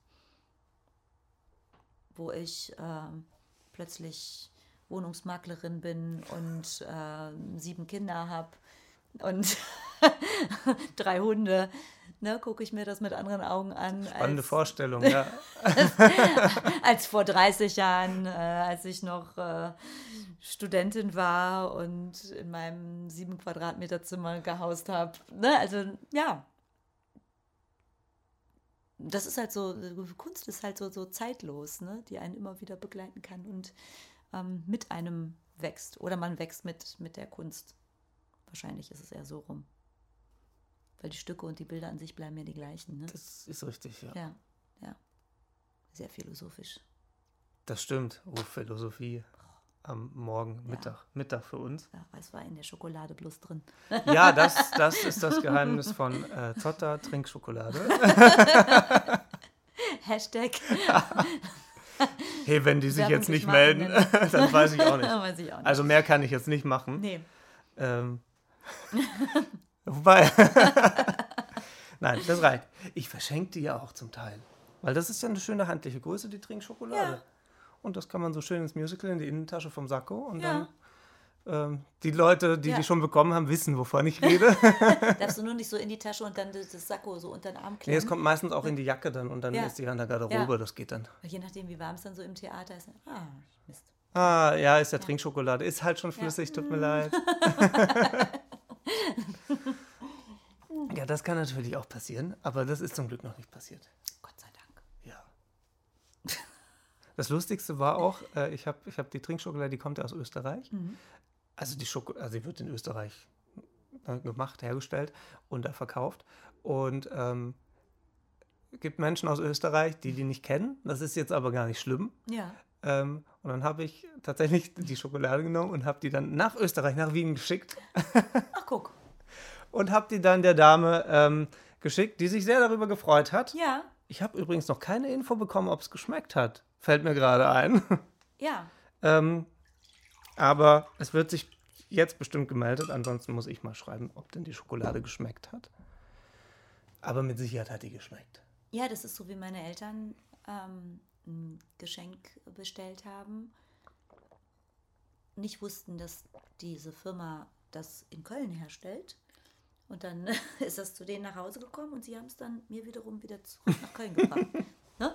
wo ich ähm, plötzlich Wohnungsmaklerin bin und ähm, sieben Kinder habe und drei Hunde. Ne, gucke ich mir das mit anderen Augen an. Spannende als, Vorstellung, ja. als vor dreißig Jahren, äh, als ich noch äh, Studentin war und in meinem sieben Quadratmeter Zimmer gehaust habe. Ne? Also ja, das ist halt so, Kunst ist halt so, so zeitlos, ne? Die einen immer wieder begleiten kann und ähm, mit einem wächst. Oder man wächst mit, mit der Kunst. Wahrscheinlich ist es eher so rum. Weil die Stücke und die Bilder an sich bleiben ja die gleichen. Ne? Das ist richtig, ja. Ja, ja. Sehr philosophisch. Das stimmt. Oh, Philosophie am Morgen, Mittag. Mittag für uns. Ja, was war in der Schokolade bloß drin? Ja, das, das ist das Geheimnis von äh, Zotter, Trinkschokolade. Hashtag. Hey, wenn die sich Werbung jetzt durch nicht Marken melden, nennen. dann weiß ich auch nicht. Weiß ich auch nicht. Also mehr kann ich jetzt nicht machen. Nee. Ähm, wobei, nein, das reicht. Ich verschenke die ja auch zum Teil. Weil das ist ja eine schöne handliche Größe, die Trinkschokolade. Ja. Und das kann man so schön ins Musical in die Innentasche vom Sakko. Und Ja. dann, ähm, die Leute, die Ja. die schon bekommen haben, wissen, wovon ich rede. Darfst du nur nicht so in die Tasche und dann das das Sakko so unter den Arm Nee, klemmen? es kommt meistens auch in die Jacke dann und dann Ja. ist die an der Garderobe, Ja. das geht dann. Je nachdem, wie warm es dann so im Theater ist. Ah, Mist. Ah, ja, ist ja Trinkschokolade. Ist halt schon flüssig, tut mir leid. Ja, das kann natürlich auch passieren, aber das ist zum Glück noch nicht passiert. Gott sei Dank. Ja. Das Lustigste war auch, äh, ich habe ich hab die Trinkschokolade, die kommt ja aus Österreich. Also die Schoko, also die wird in Österreich äh, gemacht, hergestellt und da verkauft. Und ähm, gibt Menschen aus Österreich, die die nicht kennen. Das ist jetzt aber gar nicht schlimm. Ja. Ähm, und dann habe ich tatsächlich die Schokolade genommen und habe die dann nach Österreich, nach Wien geschickt. Ach, guck. Und habe die dann der Dame ähm, geschickt, die sich sehr darüber gefreut hat. Ja. Ich habe übrigens noch keine Info bekommen, ob es geschmeckt hat. Fällt mir gerade ein. Ja. ähm, aber es wird sich jetzt bestimmt gemeldet. Ansonsten muss ich mal schreiben, ob denn die Schokolade geschmeckt hat. Aber mit Sicherheit hat die geschmeckt. Ja, das ist so, wie meine Eltern ähm, ein Geschenk bestellt haben. Nicht wussten, dass diese Firma das in Köln herstellt. Und dann ist das zu denen nach Hause gekommen und sie haben es dann mir wiederum wieder zurück nach Köln gebracht. Ne?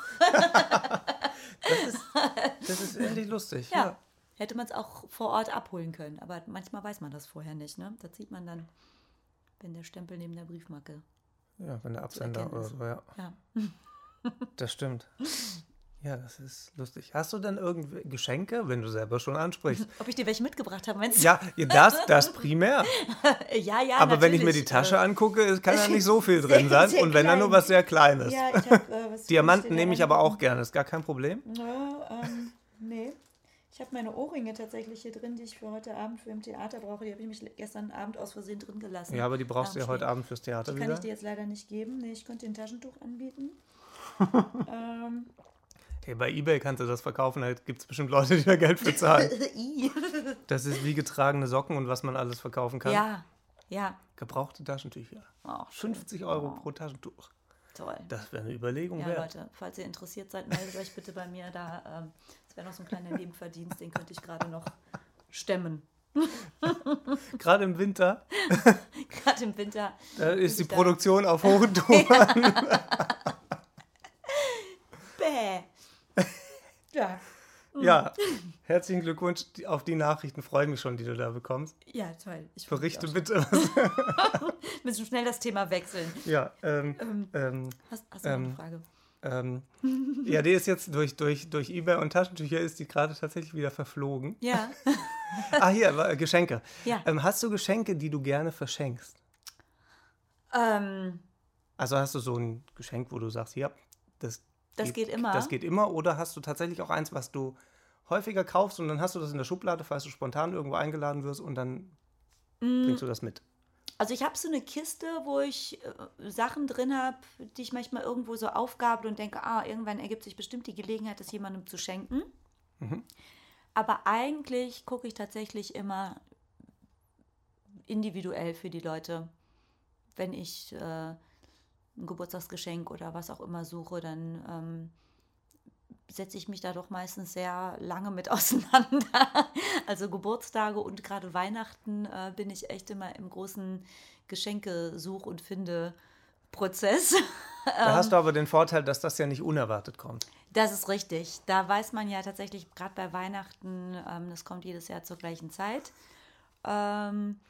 Das ist, das ist endlich lustig. Ja, Ja. hätte man es auch vor Ort abholen können. Aber manchmal weiß man das vorher nicht. Ne? Das sieht man dann, wenn der Stempel neben der Briefmarke. Ja, wenn der Absender oder ist. so, ja. Ja. Das stimmt. Ja, das ist lustig. Hast du denn irgendwie Geschenke, wenn du selber schon ansprichst? Ob ich dir welche mitgebracht habe, meinst du? Ja, das, das primär. ja, ja, Aber wenn ich mir natürlich. die Tasche angucke, ist- kann da nicht so viel drin Sehr, sein. sehr Und wenn dann nur klein. was sehr Kleines. Ja, ich hab, äh, was Diamanten was nehme ich steht da aber rein? auch gerne, ist gar kein Problem. Ja, ähm, nee. Ich habe meine Ohrringe tatsächlich hier drin, die ich für heute Abend für im Theater brauche. Die habe ich mich gestern Abend aus Versehen drin gelassen. Ja, aber die brauchst du ja Nach dem heute Spiel. Abend fürs Theater Die kann wieder. ich dir jetzt leider nicht geben. Nee, ich könnte dir ein Taschentuch anbieten. ähm, Hey, bei eBay kannst du das verkaufen, da gibt es bestimmt Leute, die da Geld für zahlen. I. Das ist wie getragene Socken und was man alles verkaufen kann. ja, ja. Gebrauchte Taschentücher. Oh, schön. fünfzig Euro Oh, pro Taschentuch. toll. Das wäre eine Überlegung Ja, wert. Leute, falls ihr interessiert seid, meldet euch bitte bei mir. Da, ähm, das wäre noch so ein kleiner Nebenverdienst, den könnte ich gerade noch stemmen. Gerade im Winter, Gerade im Winter. da ist die ich da- Produktion auf hohen Touren. Bäh. Ja. Ja, herzlichen Glückwunsch auf die Nachrichten. Freue mich schon, die du da bekommst. Ja, toll. Ich freu mich Berichte auch bitte. schon. Müssen schnell das Thema wechseln. Ja, ähm, Ähm, ähm, Hast, hast du noch eine Ähm, Frage? ähm, ja, die ist jetzt durch, durch, durch eBay und Taschentücher ist die gerade tatsächlich wieder verflogen. Ja. Ah, hier, wa- Geschenke. Ja. Ähm, hast du Geschenke, die du gerne verschenkst? Ähm, Also hast du so ein Geschenk, wo du sagst, ja, das, Das geht immer? Das geht immer. Oder hast du tatsächlich auch eins, was du häufiger kaufst und dann hast du das in der Schublade, falls du spontan irgendwo eingeladen wirst und dann Mm. bringst du das mit? also ich habe so eine Kiste, wo ich äh, Sachen drin habe, die ich manchmal irgendwo so aufgabel und denke, ah, irgendwann ergibt sich bestimmt die Gelegenheit, das jemandem zu schenken. Mhm. Aber eigentlich gucke ich tatsächlich immer individuell für die Leute. Wenn ich äh, ein Geburtstagsgeschenk oder was auch immer suche, dann ähm, setze ich mich da doch meistens sehr lange mit auseinander. Also Geburtstage und gerade Weihnachten äh, bin ich echt immer im großen Geschenkesuch- und Finde-Prozess. Da hast du aber den Vorteil, dass das ja nicht unerwartet kommt. Das ist richtig. Da weiß man ja tatsächlich, gerade bei Weihnachten, ähm, das kommt jedes Jahr zur gleichen Zeit. Ähm,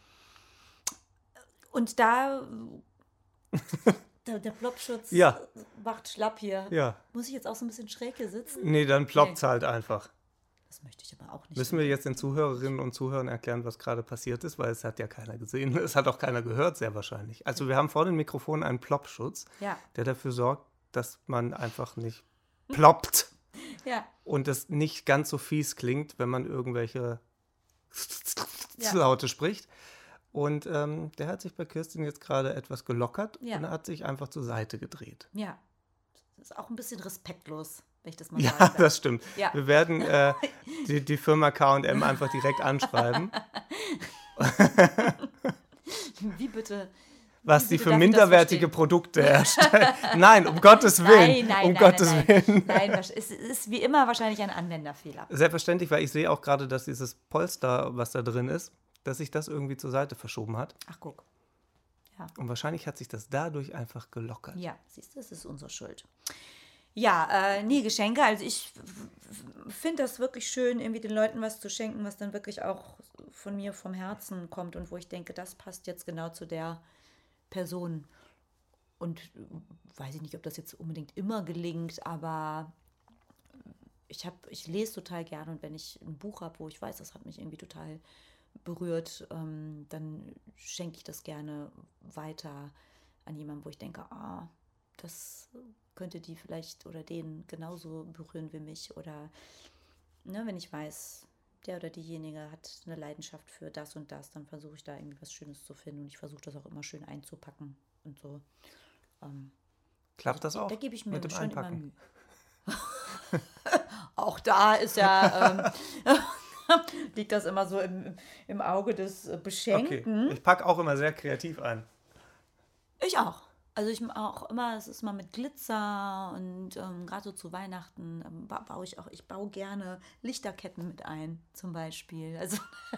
und da, der, der Plopschutz Ja. macht schlapp hier. Ja. Muss ich jetzt auch so ein bisschen schräg hier sitzen? Nee, dann ploppt's halt einfach. Das möchte ich aber auch nicht. Müssen wir jetzt den Zuhörerinnen und Zuhörern erklären, was gerade passiert ist, weil es hat ja keiner gesehen. Es hat auch keiner gehört, sehr wahrscheinlich. Also wir haben vor den Mikrofonen einen Ploppschutz, Ja, der dafür sorgt, dass man einfach nicht ploppt ja, und es nicht ganz so fies klingt, wenn man irgendwelche Ja. Laute spricht. Und ähm, der hat sich bei Kirstin jetzt gerade etwas gelockert Ja. und er hat sich einfach zur Seite gedreht. ja. Das ist auch ein bisschen respektlos, wenn ich das mal Ja, sagen darf. das stimmt. Ja. Wir werden äh, die, die Firma K und M einfach direkt anschreiben, Wie bitte? was Wie die bitte für darf ich das minderwertige verstehen? Produkte herstellen. Nein, um Gottes Willen. Nein, nein, um nein, Gottes nein, Willen. nein. Nein, es ist wie immer wahrscheinlich ein Anwenderfehler. Selbstverständlich, weil ich sehe auch gerade, dass dieses Polster, was da drin ist, dass sich das irgendwie zur Seite verschoben hat. Ach, guck. Und wahrscheinlich hat sich das dadurch einfach gelockert. Ja, siehst du, das ist unsere Schuld. Ja, äh, nee, Geschenke. Also ich finde das wirklich schön, irgendwie den Leuten was zu schenken, was dann wirklich auch von mir vom Herzen kommt und wo ich denke, das passt jetzt genau zu der Person. Und äh, weiß ich nicht, ob das jetzt unbedingt immer gelingt, aber ich, hab, ich lese total gerne und wenn ich ein Buch habe, wo ich weiß, das hat mich irgendwie total berührt, ähm, dann schenke ich das gerne weiter an jemanden, wo ich denke, ah, das könnte die vielleicht oder den genauso berühren wie mich. Oder ne, wenn ich weiß, der oder diejenige hat eine Leidenschaft für das und das, dann versuche ich da irgendwie was Schönes zu finden und ich versuche das auch immer schön einzupacken und so. Ähm, Klappt das auch da gebe ich mir mit dem schon immer Einpacken? Mühe. Auch da ist ja, ähm, liegt das immer so im, im Auge des Beschenkten. Okay. Ich packe auch immer sehr kreativ ein. Ich auch. Also ich auch immer, es ist mal mit Glitzer und ähm, gerade so zu Weihnachten ähm, ba- baue ich auch, ich baue gerne Lichterketten mit ein, zum Beispiel. Also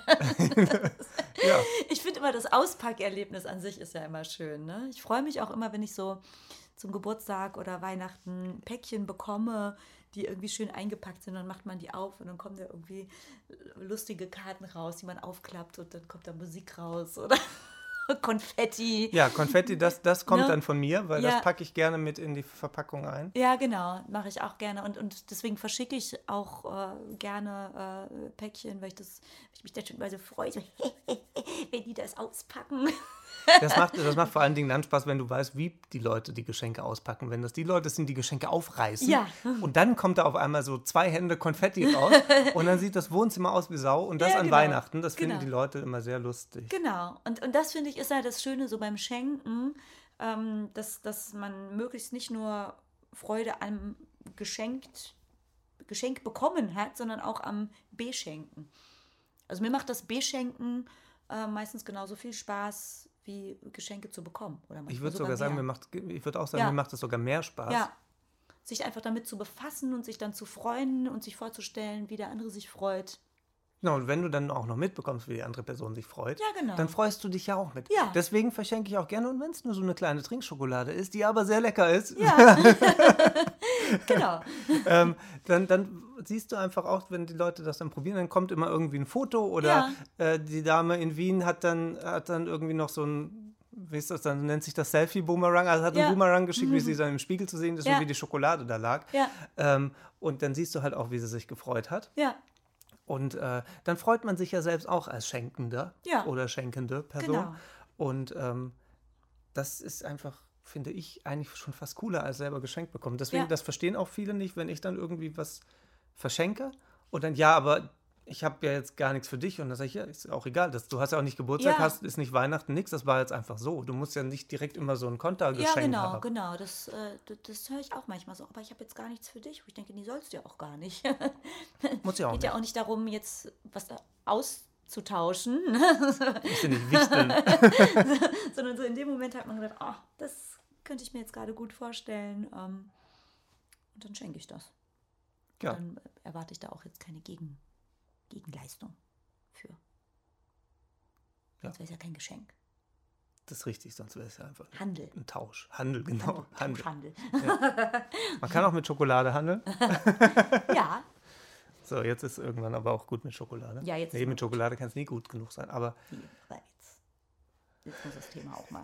Ja. ich finde immer, das Auspackerlebnis an sich ist ja immer schön. Ne? Ich freue mich auch immer, wenn ich so zum Geburtstag oder Weihnachten Päckchen bekomme, die irgendwie schön eingepackt sind. Dann macht man die auf und dann kommen da irgendwie lustige Karten raus, die man aufklappt und dann kommt da Musik raus oder Konfetti. Ja, Konfetti, das, das kommt Ne? dann von mir, weil Ja. das packe ich gerne mit in die Verpackung ein. Ja, genau, mache ich auch gerne. Und, und deswegen verschicke ich auch äh, gerne äh, Päckchen, weil ich, das, weil ich mich da schon mal so freue, so, wenn die das auspacken. Das macht, das macht vor allen Dingen dann Spaß, wenn du weißt, wie die Leute die Geschenke auspacken. Wenn das die Leute sind, die Geschenke aufreißen. Ja. Und dann kommt da auf einmal so zwei Hände Konfetti raus und dann sieht das Wohnzimmer aus wie Sau. Und das Ja, an genau. Weihnachten, das finden Genau. die Leute immer sehr lustig. Genau. Und, und das finde ich ist ja das Schöne so beim Schenken, ähm, dass, dass man möglichst nicht nur Freude am Geschenkt, Geschenk bekommen hat, sondern auch am Beschenken. Also mir macht das Beschenken äh, meistens genauso viel Spaß, wie Geschenke zu bekommen. Oder manchmal Ich würde sogar sagen, mir mehr. macht, ich würde auch sagen, Ja. mir macht es sogar mehr Spaß. Ja, sich einfach damit zu befassen und sich dann zu freuen und sich vorzustellen, wie der andere sich freut. Genau, und wenn du dann auch noch mitbekommst, wie die andere Person sich freut, Ja, genau. dann freust du dich ja auch mit. Ja. Deswegen verschenke ich auch gerne, und wenn es nur so eine kleine Trinkschokolade ist, die aber sehr lecker ist, Ja, genau. ähm, dann, dann siehst du einfach auch, wenn die Leute das dann probieren, dann kommt immer irgendwie ein Foto oder äh, die Dame in Wien hat dann, hat dann irgendwie noch so ein, wie ist das dann, nennt sich das Selfie-Boomerang, also hat Ja. einen Boomerang geschickt, wie sie dann im Spiegel zu sehen ist Ja. und wie die Schokolade da lag. Ja. Ähm, und dann siehst du halt auch, wie sie sich gefreut hat. Ja, Und äh, dann freut man sich ja selbst auch als Schenkender Ja. oder schenkende Person. Genau. Und ähm, das ist einfach, finde ich, eigentlich schon fast cooler, als selber geschenkt bekommen. Deswegen, Ja. das verstehen auch viele nicht, wenn ich dann irgendwie was verschenke und dann, ja, aber ich habe ja jetzt gar nichts für dich. Und dann sage ich, ja, ist auch egal. Das, du hast ja auch nicht Geburtstag, Ja. hast, ist nicht Weihnachten, nichts. Das war jetzt einfach so. Du musst ja nicht direkt immer so ein Kontergeschenk ja, genau, haben. genau. Das, äh, das, das höre ich auch manchmal so. Aber ich habe jetzt gar nichts für dich. Wo ich denke, nee, sollst du ja auch gar nicht. Muss ja auch Geht nicht. ja auch nicht darum, jetzt was auszutauschen, Ist ja nicht wichteln. sondern so in dem Moment hat man gedacht, oh, das könnte ich mir jetzt gerade gut vorstellen. Ähm, und dann schenke ich das. Ja. Dann erwarte ich da auch jetzt keine Gegen, Gegenleistung für. Sonst wäre es ja kein Geschenk. Das ist richtig, sonst wäre es ja einfach Handel. ein Tausch. Handel, genau. Handel. Tauschhandel. Man kann auch mit Schokolade handeln. Ja, So, jetzt ist irgendwann aber auch gut mit Schokolade. Ja, jetzt nee, ist mit gut. Schokolade kann es nie gut genug sein. Aber jetzt, jetzt muss das Thema auch mal.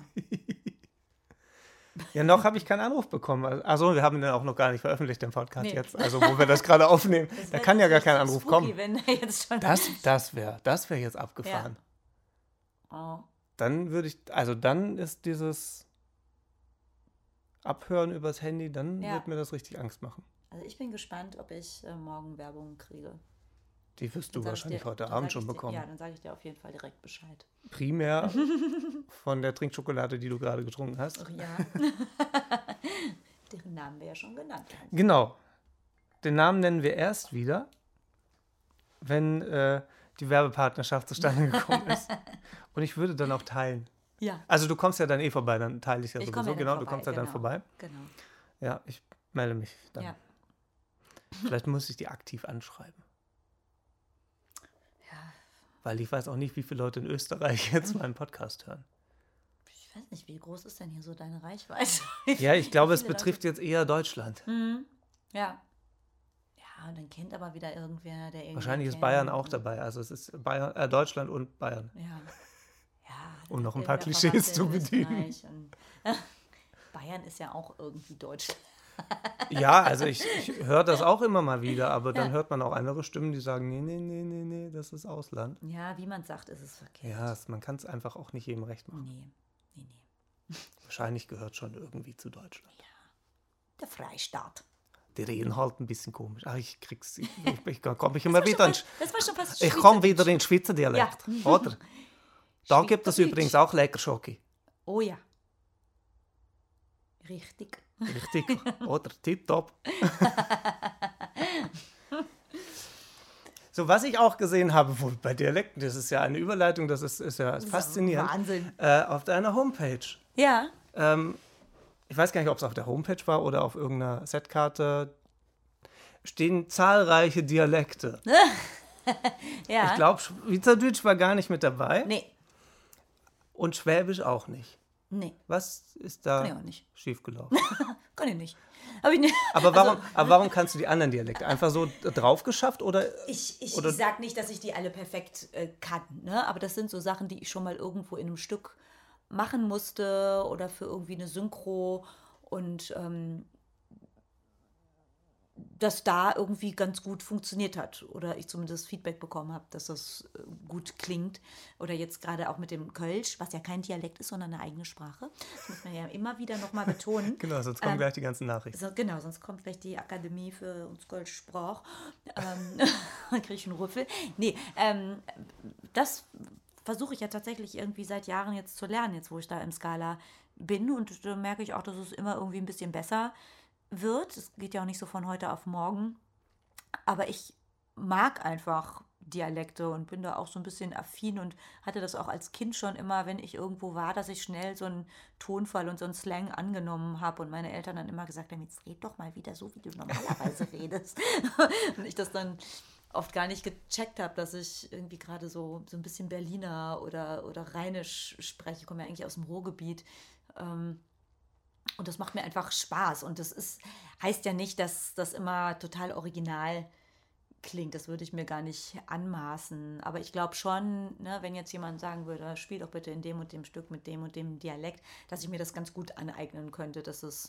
ja, noch habe ich keinen Anruf bekommen. Also wir haben den auch noch gar nicht veröffentlicht, den Podcast Nee. jetzt. Also wo wir das gerade aufnehmen. Das Da wär kann ja gar richtig kein Anruf spooky, kommen. Wenn er jetzt schon Das, das wäre das wär jetzt abgefahren. Oh, Dann würde ich, also dann ist dieses Abhören übers Handy, dann Ja. wird mir das richtig Angst machen. also ich bin gespannt, ob ich äh, morgen Werbung kriege. Die wirst du Dann sag ich wahrscheinlich dir- heute dann Abend sag ich schon dir- bekommen. Ja, dann sage ich dir auf jeden Fall direkt Bescheid. Primär von der Trinkschokolade, die du gerade getrunken hast. Ach ja. Deren Namen wir ja schon genannt haben. Genau. Den Namen nennen wir erst wieder, wenn äh, die Werbepartnerschaft zustande gekommen ist. Und ich würde dann auch teilen. Ja. Also du kommst ja dann eh vorbei, dann teile ich ja Ich sowieso. komme ja dann genau, du vorbei, kommst ja dann genau. vorbei. Genau. Ja, ich melde mich dann. Ja. Vielleicht muss ich die aktiv anschreiben. Ja. Weil ich weiß auch nicht, wie viele Leute in Österreich jetzt meinen Podcast hören. Ich weiß nicht, wie groß ist denn hier so deine Reichweite? Ja, ich glaube, es Viele betrifft jetzt eher Deutschland. Mhm. Ja. Ja, und dann kennt aber wieder irgendwer, der irgendwie. Wahrscheinlich ist kennt. Bayern auch dabei. Also es ist Bayern, äh, Deutschland und Bayern. Ja. Ja. Um noch ein irgendwer paar Klischees Verwandte zu in bedienen. Österreich Und, Bayern ist ja auch irgendwie Deutschland. Ja, also ich, ich höre das auch immer mal wieder, aber dann Ja. hört man auch andere Stimmen, die sagen, nee, nee, nee, nee, nee, das ist Ausland. Ja, wie man sagt, ist es verkehrt. Ja, es- man kann es einfach auch nicht jedem recht machen. Nee, nee, nee. Wahrscheinlich gehört schon irgendwie zu Deutschland. Der Freistaat. Die reden halt ein bisschen komisch. Ach, ich krieg's, ich, ich, ich komme ich immer Das wieder war in, schon fast- das war schon fast ich komme wieder Schweizerdeutsch. in Schweizerdialekt, Ja. oder? Da gibt es Schweizerdeutsch. übrigens auch lecker Schoki. Oh ja. Richtig. Richtig, oder? Tipptopp. So, was ich auch gesehen habe, wo, bei Dialekten, das ist ja eine Überleitung, das ist, ist ja Das ist faszinierend. Wahnsinn. Äh, auf deiner Homepage. Ja. Ähm, ich weiß gar nicht, ob es auf der Homepage war oder auf irgendeiner Setkarte. Stehen zahlreiche Dialekte. Ja. Ich glaube, Schweizerdeutsch war gar nicht mit dabei. Nee. Und Schwäbisch auch nicht. Nee. Was ist Kann da ich auch nicht. schiefgelaufen? Kann ich nicht. Hab ich nicht. Aber warum, Also, aber warum kannst du die anderen Dialekte einfach so drauf geschafft oder? ich ich, Oder- ich sag nicht, dass ich die alle perfekt äh, kann, ne? Aber das sind so Sachen, die ich schon mal irgendwo in einem Stück machen musste oder für irgendwie eine Synchro und ähm, das da irgendwie ganz gut funktioniert hat oder ich zumindest Feedback bekommen habe, dass das äh, gut klingt. Oder jetzt gerade auch mit dem Kölsch, was ja kein Dialekt ist, sondern eine eigene Sprache. Das muss man ja immer wieder nochmal betonen. Genau, sonst kommen Ähm, gleich die ganzen Nachrichten. So, genau, sonst kommt vielleicht die Akademie für uns Kölsch-Sprach. Ähm, dann kriege ich einen Rüffel. Nee, ähm, das versuche ich ja tatsächlich irgendwie seit Jahren jetzt zu lernen, jetzt wo ich da im Skala bin. Und da merke ich auch, dass es immer irgendwie ein bisschen besser wird. Es geht ja auch nicht so von heute auf morgen. Aber ich mag einfach Dialekte und bin da auch so ein bisschen affin und hatte das auch als Kind schon immer, wenn ich irgendwo war, dass ich schnell so einen Tonfall und so einen Slang angenommen habe und meine Eltern dann immer gesagt haben, jetzt red doch mal wieder so, wie du normalerweise redest. Und ich das dann oft gar nicht gecheckt habe, dass ich irgendwie gerade so, so ein bisschen Berliner oder, oder Rheinisch spreche. Ich komme ja eigentlich aus dem Ruhrgebiet. Ähm, Und das macht mir einfach Spaß. Und das ist, heißt ja nicht, dass das immer total original klingt. Das würde ich mir gar nicht anmaßen. Aber ich glaube schon, ne, wenn jetzt jemand sagen würde, spiel doch bitte in dem und dem Stück mit dem und dem Dialekt, dass ich mir das ganz gut aneignen könnte, dass es,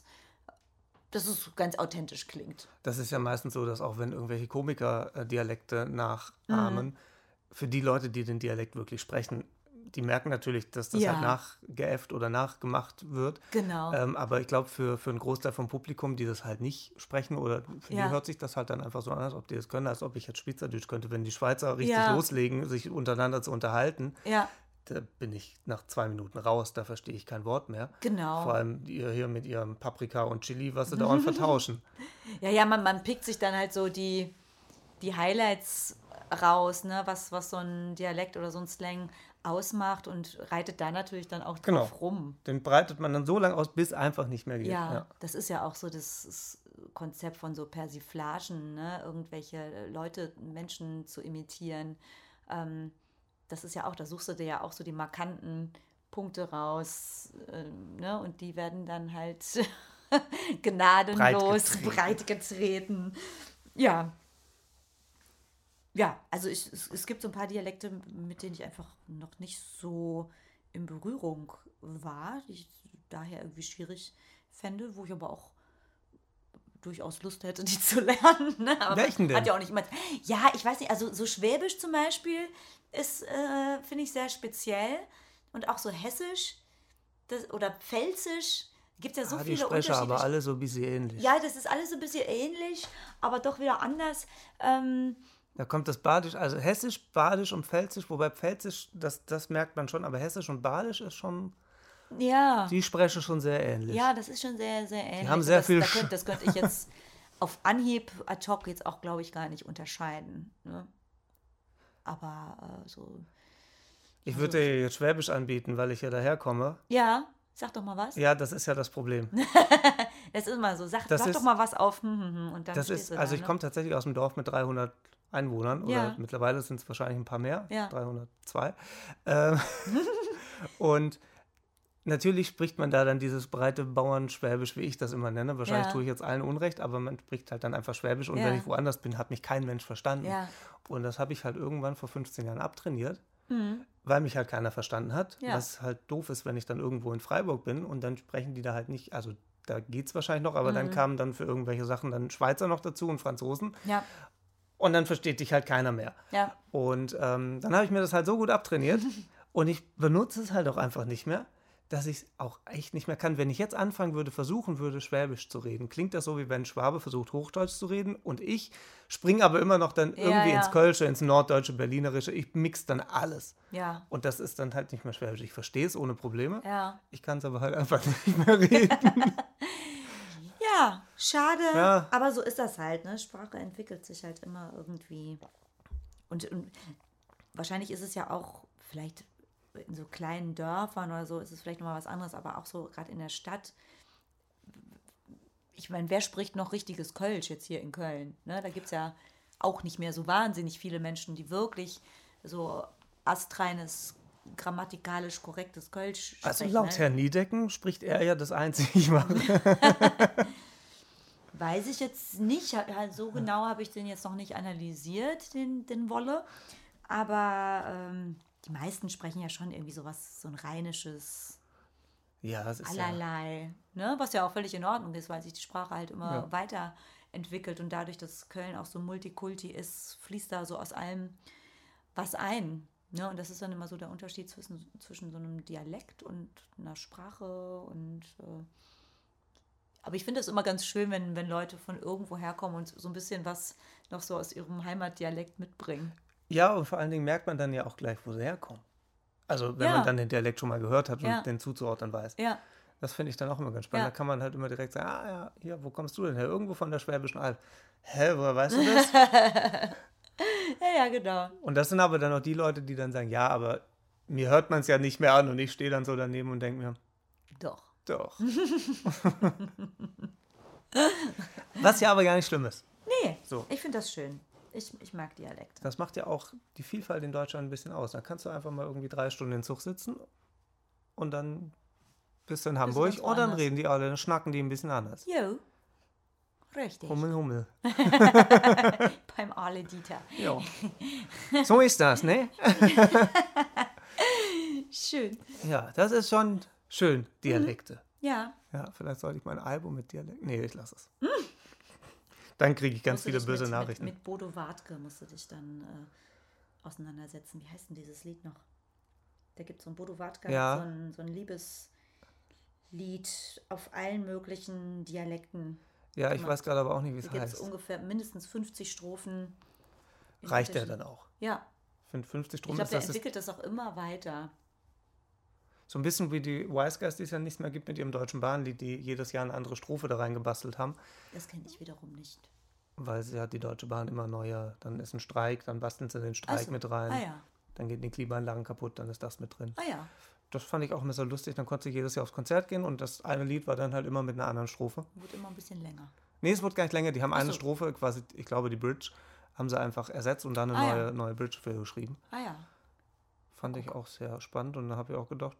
dass es ganz authentisch klingt. Das ist ja meistens so, dass auch wenn irgendwelche Komiker äh, Dialekte nachahmen, für die Leute, die den Dialekt wirklich sprechen, die merken natürlich, dass das Ja. halt nachgeäfft oder nachgemacht wird. Genau. Ähm, aber ich glaube, für, für einen Großteil vom Publikum, die das halt nicht sprechen, oder für Ja. die hört sich das halt dann einfach so an, als ob die das können, als ob ich jetzt Schweizerdeutsch könnte. Wenn die Schweizer richtig Ja. loslegen, sich untereinander zu unterhalten, Ja, da bin ich nach zwei Minuten raus, da verstehe ich kein Wort mehr. genau. Vor allem ihr hier mit ihrem Paprika und Chili, was sie dauernd vertauschen. Ja, ja, man, man pickt sich dann halt so die, die Highlights raus, ne, was, was so ein Dialekt oder so ein Slang ausmacht und reitet da natürlich dann auch Genau. drauf rum. Den breitet man dann so lange aus, bis einfach nicht mehr geht. Ja, Ja. das ist ja auch so das, das Konzept von so Persiflagen, ne, irgendwelche Leute, Menschen zu imitieren. Ähm, das ist ja auch, da suchst du dir ja auch so die markanten Punkte raus, ähm, ne, und die werden dann halt gnadenlos Breitgetreten. breit getreten. Ja. Ja, also ich, es, es gibt so ein paar Dialekte, mit denen ich einfach noch nicht so in Berührung war, die ich daher irgendwie schwierig fände, wo ich aber auch durchaus Lust hätte, die zu lernen. Ne? Aber Welchen man denn? Hat ja auch nicht immer. Ja, ich weiß nicht, also so Schwäbisch zum Beispiel ist, äh, finde ich, sehr speziell. Und auch so Hessisch das, oder Pfälzisch. Gibt ja so Ah, die viele sprechen aber unterschiedliche. alle so ein bisschen ähnlich. Ja, das ist alles so ein bisschen ähnlich, aber doch wieder anders. Ähm, Da kommt das Badisch, also Hessisch, Badisch und Pfälzisch, wobei Pfälzisch, das, das merkt man schon, aber Hessisch und Badisch ist schon, ja. die sprechen schon sehr ähnlich. Ja, das ist schon sehr, sehr ähnlich. haben sehr das, viel da Sch- könnt, das könnte ich jetzt auf Anhieb ad hoc jetzt auch, glaube ich, gar nicht unterscheiden. Ne? Aber äh, so. Ich würde dir jetzt Schwäbisch anbieten, weil ich ja daherkomme. Ja, sag doch mal was. Ja, das ist ja das Problem. Das ist immer so. Sag, Das sag ist- doch mal was auf. Hm, hm, hm, und dann Das stehst ist, du also da, ich ne? komme tatsächlich aus dem Dorf mit dreihundert Einwohnern oder Ja. mittlerweile sind es wahrscheinlich ein paar mehr, Ja. dreihundertzwei. Ähm, und natürlich spricht man da dann dieses breite Bauernschwäbisch, wie ich das immer nenne. Wahrscheinlich Ja. tue ich jetzt allen Unrecht, aber man spricht halt dann einfach Schwäbisch und Ja. wenn ich woanders bin, hat mich kein Mensch verstanden. Ja. Und das habe ich halt irgendwann vor fünfzehn Jahren abtrainiert, weil mich halt keiner verstanden hat. Mhm. Ja. Was halt doof ist, wenn ich dann irgendwo in Freiburg bin und dann sprechen die da halt nicht, also da geht es wahrscheinlich noch, aber Mhm. dann kamen dann für irgendwelche Sachen dann Schweizer noch dazu und Franzosen. Ja, Und dann versteht dich halt keiner mehr. ja. Und ähm, dann habe ich mir das halt so gut abtrainiert und ich benutze es halt auch einfach nicht mehr, dass ich es auch echt nicht mehr kann. Wenn ich jetzt anfangen würde, versuchen würde, Schwäbisch zu reden, klingt das so, wie wenn ein Schwabe versucht, Hochdeutsch zu reden und ich springe aber immer noch dann Ja, irgendwie ja. ins Kölsche, ins Norddeutsche, Berlinerische. Ich mix dann alles. Ja. Und das ist dann halt nicht mehr Schwäbisch. Ich verstehe es ohne Probleme. Ja. Ich kann es aber halt einfach nicht mehr reden. Ja, schade. Ja. Aber so ist das halt, ne? Sprache entwickelt sich halt immer irgendwie Und, und wahrscheinlich ist es ja auch vielleicht in so kleinen Dörfern oder so ist es vielleicht nochmal was anderes, aber auch so gerade in der Stadt. Ich meine, wer spricht noch richtiges Kölsch jetzt hier in Köln? Ne? Da gibt es ja auch nicht mehr so wahnsinnig viele Menschen, die wirklich so astreines, grammatikalisch korrektes Kölsch sprechen. Also laut ne? Herrn Niedecken spricht er ja das einzig Wahre. Weiß ich jetzt nicht. Halt so genau habe ich den jetzt noch nicht analysiert, den, den Wolle. Aber ähm, die meisten sprechen ja schon irgendwie sowas, so ein rheinisches Ja, das ist ja, allerlei. Ne? Was ja auch völlig in Ordnung ist, weil sich die Sprache halt immer Ja. weiterentwickelt. Und dadurch, dass Köln auch so Multikulti ist, fließt da so aus allem was ein. Ne? Und das ist dann immer so der Unterschied zwischen, zwischen so einem Dialekt und einer Sprache. Und äh, aber ich finde es immer ganz schön, wenn, wenn Leute von irgendwo herkommen und so ein bisschen was noch so aus ihrem Heimatdialekt mitbringen. ja, und vor allen Dingen merkt man dann ja auch gleich, wo sie herkommen. Also wenn Ja. man dann den Dialekt schon mal gehört hat und Ja. den zuzuordnen weiß. Ja, Das finde ich dann auch immer ganz spannend. Ja. Da kann man halt immer direkt sagen, ah ja, hier, wo kommst du denn her? Irgendwo von der Schwäbischen Alb. Hä, woher weißt du das? ja, ja, genau. Und das sind aber dann auch die Leute, die dann sagen, ja, aber mir hört man es ja nicht mehr an und ich stehe dann so daneben und denke mir, Doch. doch. Was ja aber gar nicht schlimm ist. Nee, So. ich finde das schön. Ich, ich mag Dialekte. Das macht ja auch die Vielfalt in Deutschland ein bisschen aus. Da kannst du einfach mal irgendwie drei Stunden in den Zug sitzen und dann bist du in Hamburg ganz und dann woanders. reden die alle, dann schnacken die ein bisschen anders. Jo, richtig. Hummel, Hummel. Beim Arle Dieter. Ja. So ist das, ne? Schön. Ja, das ist schon schön, Dialekte. Ja. Ja, vielleicht sollte ich mein Album mit Dialekt. Nee, ich lasse es. Dann kriege ich ganz Musst du viele dich böse mit, Nachrichten. Mit, mit Bodo Wartke musst du dich dann äh, auseinandersetzen. Wie heißt denn dieses Lied noch? Da gibt es so ein Bodo Wartke, Ja. so ein, so ein Liebeslied auf allen möglichen Dialekten. Ja, ich weiß gerade aber auch nicht, wie Da es gibt es heißt. ungefähr mindestens fünfzig Strophen. in Reicht der unterschied- dann auch? Ja. Für fünfzig Ich Stunden glaube, ist der das ist entwickelt das auch immer weiter. so ein bisschen wie die Wise Guys, die es ja nicht mehr gibt mit ihrem deutschen Bahnlied, die jedes Jahr eine andere Strophe da reingebastelt haben, Das kenne ich wiederum nicht. weil sie hat die Deutsche Bahn immer neue, dann ist ein Streik, dann basteln sie den Streik Ach so. mit rein, Ah ja. dann gehen die Klimaanlagen kaputt, dann ist das mit drin. Ah ja. Das fand ich auch immer so lustig, dann konnte ich jedes Jahr aufs Konzert gehen und das eine Lied war dann halt immer mit einer anderen Strophe. Wird immer ein bisschen länger. Nee, es wurde gar nicht länger, die haben Ach eine so. Strophe, quasi, ich glaube die Bridge, haben sie einfach ersetzt und dann eine Ah, neue, ja. neue Bridge für geschrieben. Ah ja. Fand ich auch sehr spannend und da habe ich auch gedacht,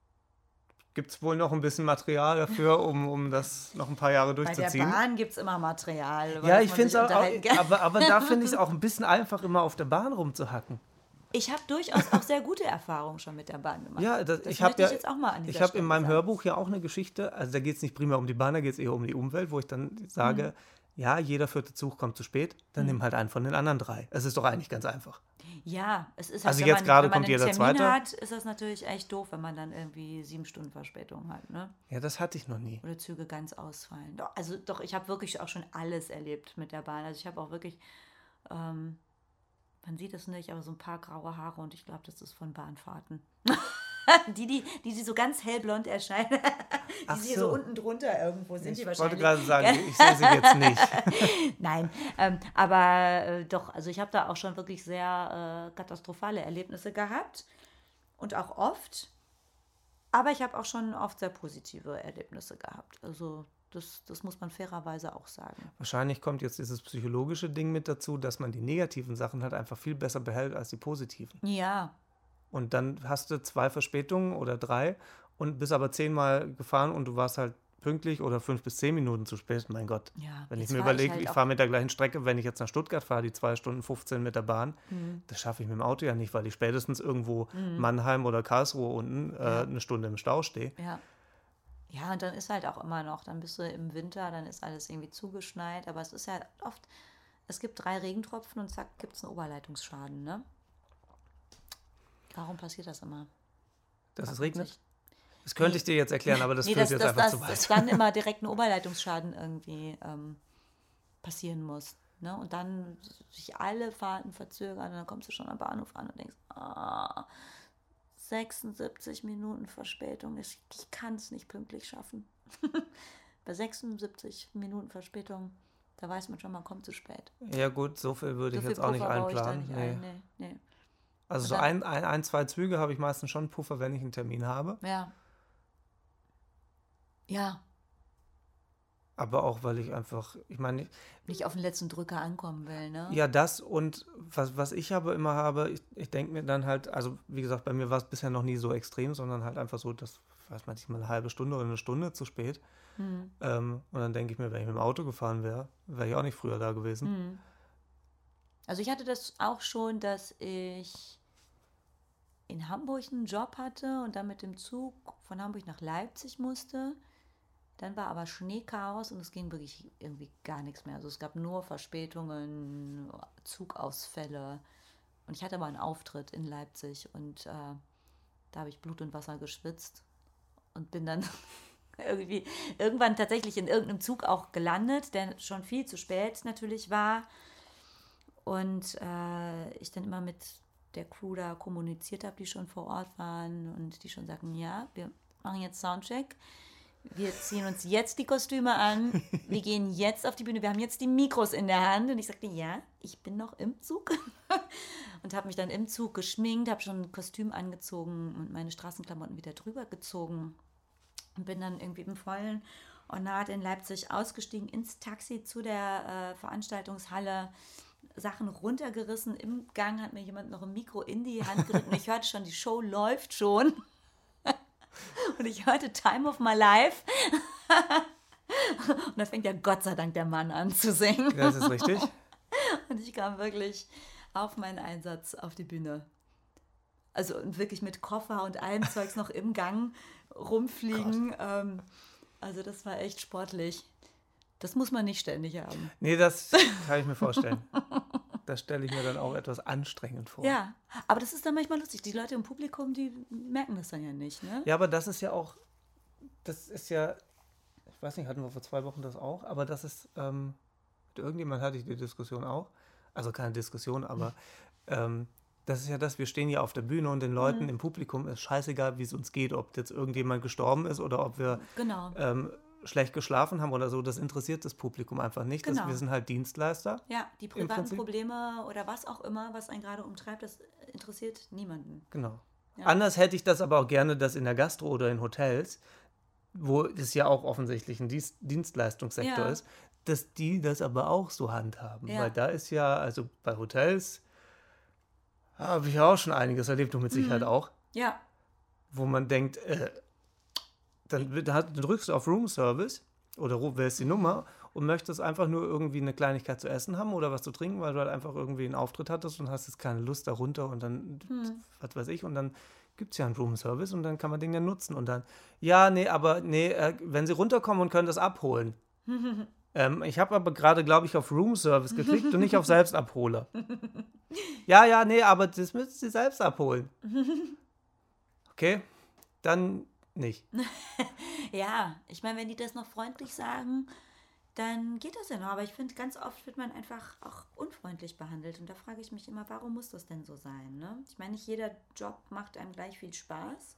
gibt es wohl noch ein bisschen Material dafür, um, um das noch ein paar Jahre Bei der durchzuziehen. Bahn gibt es immer Material. über Ja, das ich man finde es sich auch, unterhalten kann. aber, aber da finde ich es auch ein bisschen einfach, immer auf der Bahn rumzuhacken. Ich habe durchaus auch sehr gute Erfahrungen schon mit der Bahn gemacht. Ja, das, das ich habe möchte ja, ich jetzt auch mal an dieser ich habe Stelle in meinem sagen. Hörbuch ja auch eine Geschichte, also da geht es nicht primär um die Bahn, da geht es eher um die Umwelt, wo ich dann sage, Mhm. ja, jeder vierte Zug kommt zu spät, dann nimm halt einen von den anderen drei. Es ist doch eigentlich ganz einfach. Ja, es ist halt, Also wenn jetzt man, gerade wenn man kommt einen jeder Termin Zweite. hat, ist das natürlich echt doof, wenn man dann irgendwie sieben Stunden Verspätung hat, ne? Ja, das hatte ich noch nie. Oder Züge ganz ausfallen. Doch, also doch, ich habe wirklich auch schon alles erlebt mit der Bahn. Also ich habe auch wirklich, ähm, man sieht es nicht, aber so ein paar graue Haare und ich glaube, das ist von Bahnfahrten. die, die, die, die so ganz hellblond erscheinen. die Ach sie so. so unten drunter irgendwo sind, die Ich wahrscheinlich. wollte gerade sagen, ich sehe sie jetzt nicht. Nein, ähm, aber äh, doch, also ich habe da auch schon wirklich sehr äh, katastrophale Erlebnisse gehabt und auch oft, aber ich habe auch schon oft sehr positive Erlebnisse gehabt. Also das, das muss man fairerweise auch sagen. Wahrscheinlich kommt jetzt dieses psychologische Ding mit dazu, dass man die negativen Sachen halt einfach viel besser behält als die positiven. Ja, Und dann hast du zwei Verspätungen oder drei und bist aber zehnmal gefahren und du warst halt pünktlich oder fünf bis zehn Minuten zu spät. Mein Gott, ja. wenn ich jetzt mir war überlege, halt ich auch- fahre mit der gleichen Strecke, wenn ich jetzt nach Stuttgart fahre, die zwei Stunden fünfzehn mit der Bahn, Mhm. das schaffe ich mit dem Auto ja nicht, weil ich spätestens irgendwo Mannheim oder Karlsruhe unten äh, Ja. eine Stunde im Stau stehe. Ja. Ja, und dann ist halt auch immer noch, dann bist du im Winter, dann ist alles irgendwie zugeschneit, aber es ist ja oft, es gibt drei Regentropfen und zack, gibt es einen Oberleitungsschaden, ne? Warum passiert das immer? Dass es Fragt man regnet? sich. Das könnte Nee. ich dir jetzt erklären, aber das Nee, führt dass, jetzt dass, einfach dass, zu weit. dass dann immer direkt ein Oberleitungsschaden irgendwie ähm, passieren muss. Ne? Und dann sich alle Fahrten verzögern und dann kommst du schon am Bahnhof an und denkst, ah, sechsundsiebzig Minuten Verspätung, ich, ich kann es nicht pünktlich schaffen. Bei sechsundsiebzig Minuten Verspätung, Da weiß man schon, man kommt zu spät. Ja gut, so viel würde So ich viel jetzt auch nicht Puffer baue ich da einplanen. nicht Nee. ein. Nee, nee. Also Und so dann- ein, ein, ein, zwei Züge habe ich meistens schon Puffer, wenn ich einen Termin habe. Ja. Ja, Aber auch, weil ich einfach, ich meine, nicht auf den letzten Drücker ankommen will, ne? ja, das und was, was ich aber immer habe, ich, ich denke mir dann halt, also wie gesagt, bei mir war es bisher noch nie so extrem, sondern halt einfach so, dass, weiß man nicht, mal eine halbe Stunde oder eine Stunde zu spät. Hm. Ähm, und dann denke ich mir, wenn ich mit dem Auto gefahren wäre, wäre ich auch nicht früher da gewesen. Hm. Also ich hatte das auch schon, dass ich in Hamburg einen Job hatte und dann mit dem Zug von Hamburg nach Leipzig musste. Dann war aber Schneechaos und es ging wirklich irgendwie gar nichts mehr. Also es gab nur Verspätungen, Zugausfälle. Und ich hatte aber einen Auftritt in Leipzig und äh, da habe ich Blut und Wasser geschwitzt und bin dann irgendwie irgendwann tatsächlich in irgendeinem Zug auch gelandet, der schon viel zu spät natürlich war. Und äh, ich dann immer mit der Crew da kommuniziert habe, die schon vor Ort waren und die schon sagten, ja, wir machen jetzt Soundcheck. Wir ziehen uns jetzt die Kostüme an, wir gehen jetzt auf die Bühne, wir haben jetzt die Mikros in der Hand. Und ich sagte, ja, ich bin noch im Zug. Und habe mich dann im Zug geschminkt, habe schon ein Kostüm angezogen und meine Straßenklamotten wieder drüber gezogen. Und bin dann irgendwie im vollen Ornat in Leipzig ausgestiegen, ins Taxi zu der äh, Veranstaltungshalle, Sachen runtergerissen. Im Gang hat mir jemand noch ein Mikro in die Hand gedrückt und ich hörte schon, die Show läuft schon. Und ich hörte Time of My Life. Und da fängt ja Gott sei Dank der Mann an zu singen. Das ist richtig. Und ich kam wirklich auf meinen Einsatz auf die Bühne. Also wirklich mit Koffer und allem Zeugs noch im Gang rumfliegen. Ähm, also das war echt sportlich. Das muss man nicht ständig haben. Nee, das kann ich mir vorstellen. Das stelle ich mir dann auch etwas anstrengend vor. Ja, aber das ist dann manchmal lustig. Die Leute im Publikum, die merken das dann ja nicht, ne? Ja, aber das ist ja auch, das ist ja, ich weiß nicht, hatten wir vor zwei Wochen das auch, aber das ist, ähm, mit irgendjemand hatte ich die Diskussion auch, also keine Diskussion, aber ähm, das ist ja das, wir stehen ja auf der Bühne und den Leuten im Publikum ist scheißegal, wie es uns geht, ob jetzt irgendjemand gestorben ist oder ob wir Genau. ähm, schlecht geschlafen haben oder so, das interessiert das Publikum einfach nicht. Genau. Das, wir sind halt Dienstleister. Ja, die privaten Prinzip. Probleme oder was auch immer, was einen gerade umtreibt, das interessiert niemanden. Genau. Ja. Anders hätte ich das aber auch gerne, dass in der Gastro oder in Hotels, wo es ja auch offensichtlich ein Dienst- Dienstleistungssektor Ja. ist, dass die das aber auch so handhaben. Ja. Weil da ist ja, also bei Hotels habe ich auch schon einiges erlebt, du mit Sicherheit auch, Ja, wo man denkt, äh, dann, wird- dann drückst du auf Room Service oder ru- wählst die Nummer und möchtest einfach nur irgendwie eine Kleinigkeit zu essen haben oder was zu trinken, weil du halt einfach irgendwie einen Auftritt hattest und hast jetzt keine Lust darunter und dann, was weiß ich, und dann gibt es ja einen Room Service und dann kann man den ja nutzen und dann, ja, nee, aber nee, äh, wenn sie runterkommen und können das abholen. ähm, ich habe aber gerade, glaube ich, auf Room Service geklickt und nicht auf Selbstabholer. Ja, ja, nee, aber das müssen sie selbst abholen. Okay, dann nicht. ja. Ich meine, wenn die das noch freundlich sagen, dann geht das ja noch. Aber ich finde, ganz oft wird man einfach auch unfreundlich behandelt. Und da frage ich mich immer, warum muss das denn so sein? Ne? Ich meine, nicht jeder Job macht einem gleich viel Spaß.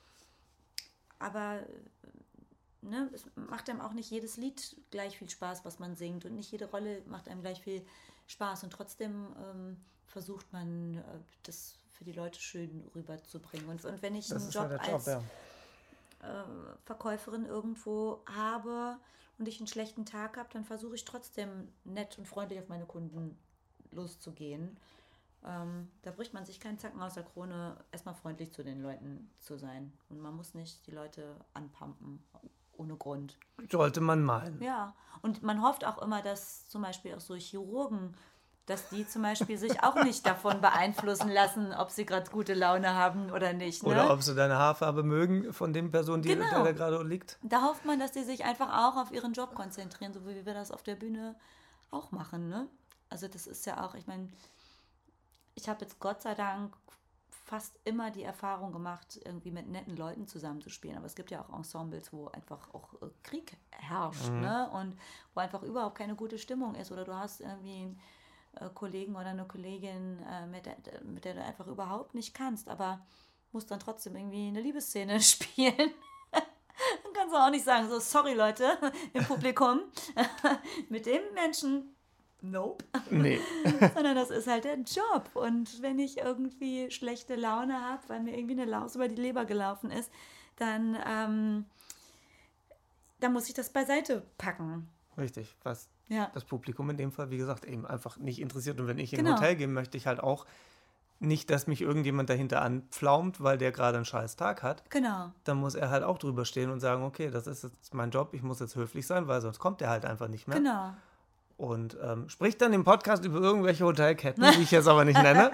Aber ne, es macht einem auch nicht jedes Lied gleich viel Spaß, was man singt. Und nicht jede Rolle macht einem gleich viel Spaß. Und trotzdem ähm, versucht man, äh, das für die Leute schön rüberzubringen. Und, und wenn ich Das einen ist Job, ja der Job, als ja. äh, Verkäuferin irgendwo habe und ich einen schlechten Tag habe, dann versuche ich trotzdem nett und freundlich auf meine Kunden loszugehen. Ähm, da bricht man sich keinen Zacken aus der Krone, erstmal freundlich zu den Leuten zu sein. Und man muss nicht die Leute anpumpen, ohne Grund. Sollte man meinen. Ja, und man hofft auch immer, dass zum Beispiel auch so Chirurgen, dass die zum Beispiel sich auch nicht davon beeinflussen lassen, ob sie gerade gute Laune haben oder nicht. Ne? Oder ob sie deine Haarfarbe mögen von den Personen, die Genau. der da gerade liegt. Da hofft man, dass die sich einfach auch auf ihren Job konzentrieren, so wie wir das auf der Bühne auch machen. Ne? Also das ist ja auch, ich meine, ich habe jetzt Gott sei Dank fast immer die Erfahrung gemacht, irgendwie mit netten Leuten zusammenzuspielen. Aber es gibt ja auch Ensembles, wo einfach auch äh, Krieg herrscht, ne? Und wo einfach überhaupt keine gute Stimmung ist. Oder du hast irgendwie einen äh, Kollegen oder eine Kollegin, äh, mit, der, mit der du einfach überhaupt nicht kannst, aber musst dann trotzdem irgendwie eine Liebesszene spielen. Dann kannst du auch nicht sagen, so sorry Leute im Publikum, mit dem Menschen, nope. Nee. Sondern das ist halt der Job. Und wenn ich irgendwie schlechte Laune habe, weil mir irgendwie eine Laus über die Leber gelaufen ist, dann, ähm, dann muss ich das beiseite packen. Richtig, was Ja. das Publikum in dem Fall, wie gesagt, eben einfach nicht interessiert. Und wenn ich in Genau. ein Hotel gehe, möchte ich halt auch nicht, dass mich irgendjemand dahinter anpflaumt, weil der gerade einen scheiß Tag hat. Genau. Dann muss er halt auch drüber stehen und sagen, okay, das ist jetzt mein Job, ich muss jetzt höflich sein, weil sonst kommt er halt einfach nicht mehr. Genau. Und ähm, spricht dann im Podcast über irgendwelche Hotelketten, die ich jetzt aber nicht nenne.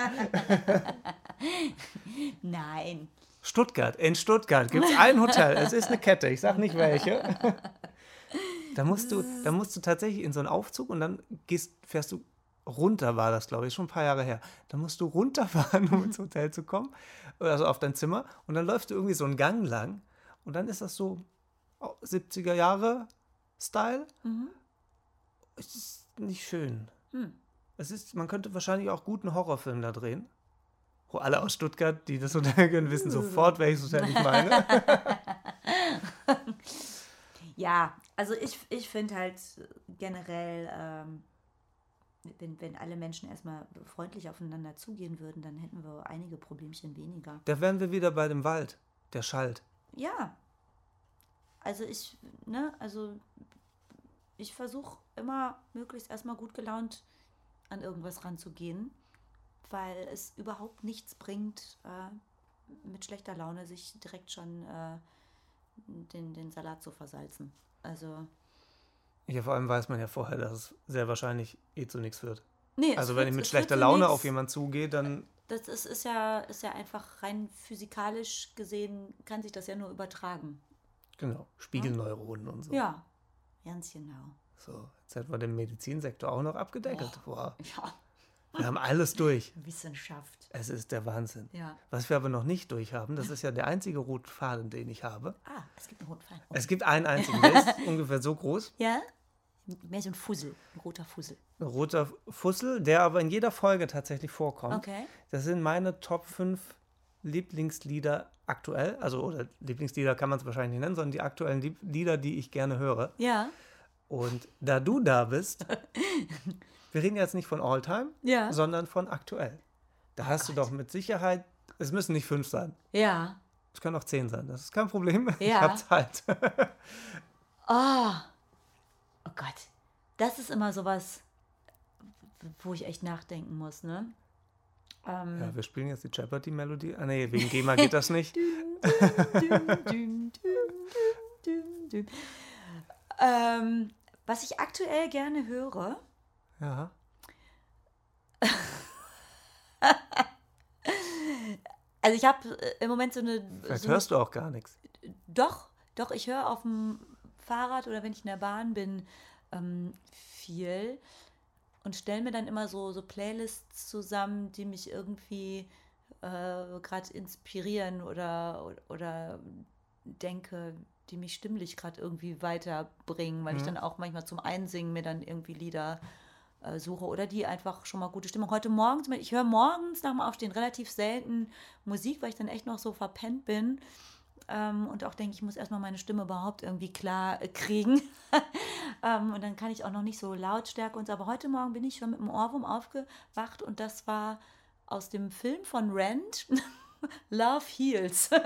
Nein. Stuttgart, in Stuttgart gibt es ein Hotel, es ist eine Kette, ich sag nicht welche. Da musst du, da musst du tatsächlich in so einen Aufzug und dann gehst, fährst du runter, war das, glaube ich, schon ein paar Jahre her. Da musst du runterfahren, um ins Hotel zu kommen, also auf dein Zimmer. Und dann läufst du irgendwie so einen Gang lang und dann ist das so siebziger Jahre Style. Mhm. Es ist nicht schön. Hm. Es ist, man könnte wahrscheinlich auch gut einen Horrorfilm da drehen. Wo alle aus Stuttgart, die das Hotel kennen, wissen sofort, welches Hotel ich meine. Ja, also ich, ich finde halt generell, ähm, wenn, wenn alle Menschen erstmal freundlich aufeinander zugehen würden, dann hätten wir einige Problemchen weniger. Da wären wir wieder bei dem Wald, der schallt. Ja. Also ich, ne, also ich versuche immer möglichst erstmal gut gelaunt an irgendwas ranzugehen, weil es überhaupt nichts bringt, äh, mit schlechter Laune sich direkt schon äh, den, den Salat zu versalzen. Also. Ja, vor allem weiß man ja vorher, dass es sehr wahrscheinlich eh zu nichts wird. Nee, also es wenn wird, ich mit es schlechter wird so Laune nix. auf jemanden zugehe, dann... Das ist, ist, ja, ist ja einfach rein physikalisch gesehen, kann sich das ja nur übertragen. Genau, Spiegelneuronen und so. Ja, ganz genau. So, jetzt hätten wir den Medizinsektor auch noch abgedeckelt. Oh, Wow. ja, Wir haben alles durch. Wissenschaft. Es ist der Wahnsinn. Ja. Was wir aber noch nicht durch haben, das ist ja der einzige rote Faden, den ich habe. Ah, es gibt einen roten Faden. Es gibt einen einzigen, der ist ungefähr so groß. Ja? Mehr so ein Fussel, ein roter Fussel. Ein roter Fussel, der aber in jeder Folge tatsächlich vorkommt. Okay. Das sind meine Top fünf Lieblingslieder aktuell. Also, oder Lieblingslieder kann man es wahrscheinlich nicht nennen, sondern die aktuellen Lieb- Lieder, die ich gerne höre. Ja. Und da du da bist, wir reden jetzt nicht von Alltime, Ja. sondern von aktuell. Da hast du doch mit Sicherheit, es müssen nicht fünf sein. Ja. Es können auch zehn sein, das ist kein Problem. Ich Ja. habe Zeit. Oh. Oh Gott. Das ist immer sowas, wo ich echt nachdenken muss, ne? Ähm. Ja, wir spielen jetzt die Jeopardy-Melodie. Ah nee, wegen GEMA geht das nicht. Düm, düm, düm, düm, düm. Ähm, was ich aktuell gerne höre, Ja. also ich habe im Moment so eine... Vielleicht so hörst du auch gar nichts. Doch, doch, ich höre auf dem Fahrrad oder wenn ich in der Bahn bin, ähm, viel und stelle mir dann immer so, so Playlists zusammen, die mich irgendwie äh, gerade inspirieren oder, oder denke, die mich stimmlich gerade irgendwie weiterbringen, weil Mhm. ich dann auch manchmal zum Einsingen mir dann irgendwie Lieder äh, suche oder die einfach schon mal gute Stimmung. Heute Morgen, zum Beispiel, ich höre morgens nach dem Aufstehen relativ selten Musik, weil ich dann echt noch so verpennt bin. Ähm, und auch denke, ich muss erstmal meine Stimme überhaupt irgendwie klar äh, kriegen. ähm, und dann kann ich auch noch nicht so Lautstärke und so. Aber heute Morgen bin ich schon mit dem Ohrwurm aufgewacht und das war aus dem Film von Rent, Love Heals. Das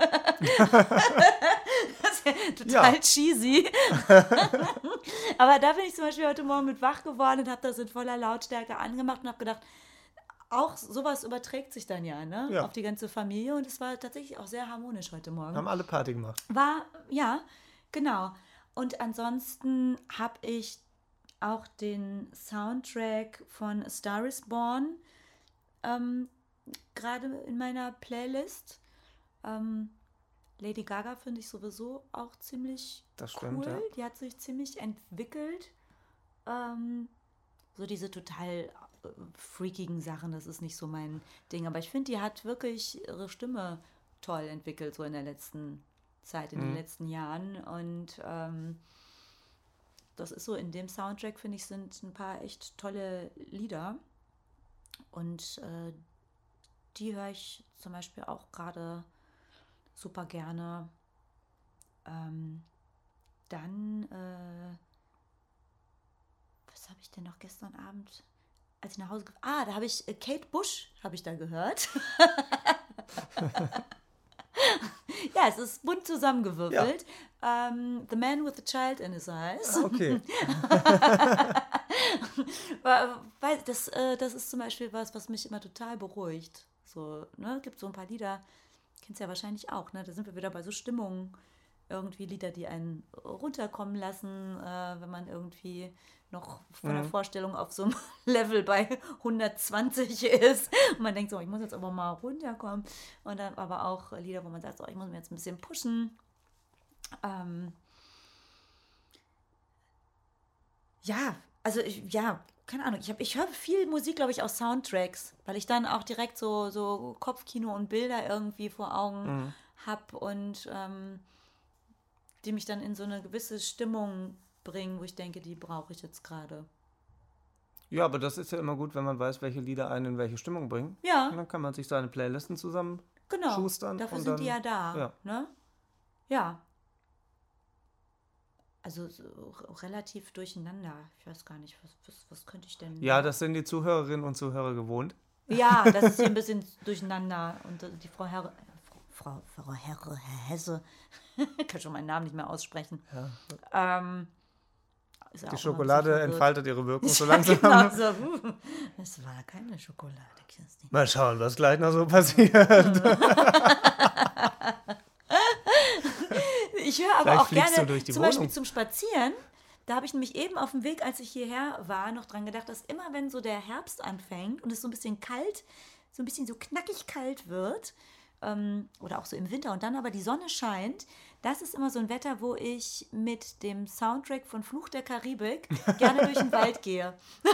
ist ja total Ja. cheesy. Aber da bin ich zum Beispiel heute Morgen mit wach geworden und habe das in voller Lautstärke angemacht und habe gedacht, auch sowas überträgt sich dann ja, ne? Ja. Auf die ganze Familie und es war tatsächlich auch sehr harmonisch heute Morgen. Haben alle Party gemacht. War, ja, genau. Und ansonsten habe ich auch den Soundtrack von A Star is Born ähm, gerade in meiner Playlist. Ähm, Lady Gaga finde ich sowieso auch ziemlich Das cool. stimmt, ja. Die hat sich ziemlich entwickelt. Ähm, so diese total äh, freakigen Sachen, das ist nicht so mein Ding. Aber ich finde, die hat wirklich ihre Stimme toll entwickelt, so in der letzten Zeit, in Mhm. den letzten Jahren. Und ähm, das ist so, in dem Soundtrack, finde ich, sind ein paar echt tolle Lieder. Und äh, die höre ich zum Beispiel auch gerade super gerne. Ähm, dann, äh, was habe ich denn noch gestern Abend, als ich nach Hause gefahren Ah, da habe ich äh, Kate Bush, habe ich da gehört. Ja, es ist bunt zusammengewürfelt. Ja. Um, The Man with the Child in His Eyes. Ah, okay. Weil das, äh, das ist zum Beispiel was, was mich immer total beruhigt. So, ne, gibt so ein paar Lieder, kennst du ja wahrscheinlich auch, ne? Da sind wir wieder bei so Stimmungen. Irgendwie Lieder, die einen runterkommen lassen, äh, wenn man irgendwie noch von der Mhm. Vorstellung auf so einem Level bei hundertzwanzig ist. Und man denkt so, ich muss jetzt aber mal runterkommen. Und dann aber auch Lieder, wo man sagt, so, ich muss mich jetzt ein bisschen pushen. Ähm ja, also ich, ja, keine Ahnung. Ich, hab- ich höre viel Musik, glaube ich, aus Soundtracks, weil ich dann auch direkt so, so Kopfkino und Bilder irgendwie vor Augen Mhm. habe und ähm, die mich dann in so eine gewisse Stimmung bringen, wo ich denke, die brauche ich jetzt gerade. Ja, aber das ist ja immer gut, wenn man weiß, welche Lieder einen in welche Stimmung bringen. Ja, Und dann kann man sich seine Playlisten zusammen genau. schustern. Dafür und sind dann, die ja da. ja. Ne? Ja. Also so relativ durcheinander. Ich weiß gar nicht, was, was, was könnte ich denn. Ja, das sind die Zuhörerinnen und Zuhörer gewohnt. Ja, das ist hier ein bisschen durcheinander. Und äh, die Frau Herr, Frau, Frau Herr, Herr Hesse, ich kann schon meinen Namen nicht mehr aussprechen. Ja. Ähm, ist ja Die auch immer ein bisschen Schokolade verwirrt. entfaltet ihre Wirkung so Ja, langsam. genau so. uh, Es war keine Schokolade, Kirstin. Mal schauen, was gleich noch so passiert. Ich höre aber Vielleicht auch fliegst gerne, du durch die zum Wohnung. Beispiel zum Spazieren, da habe ich nämlich eben auf dem Weg, als ich hierher war, noch dran gedacht, dass immer, wenn so der Herbst anfängt und es so ein bisschen kalt, so ein bisschen so knackig kalt wird, ähm, oder auch so im Winter und dann aber die Sonne scheint, das ist immer so ein Wetter, wo ich mit dem Soundtrack von Fluch der Karibik gerne durch den Wald gehe.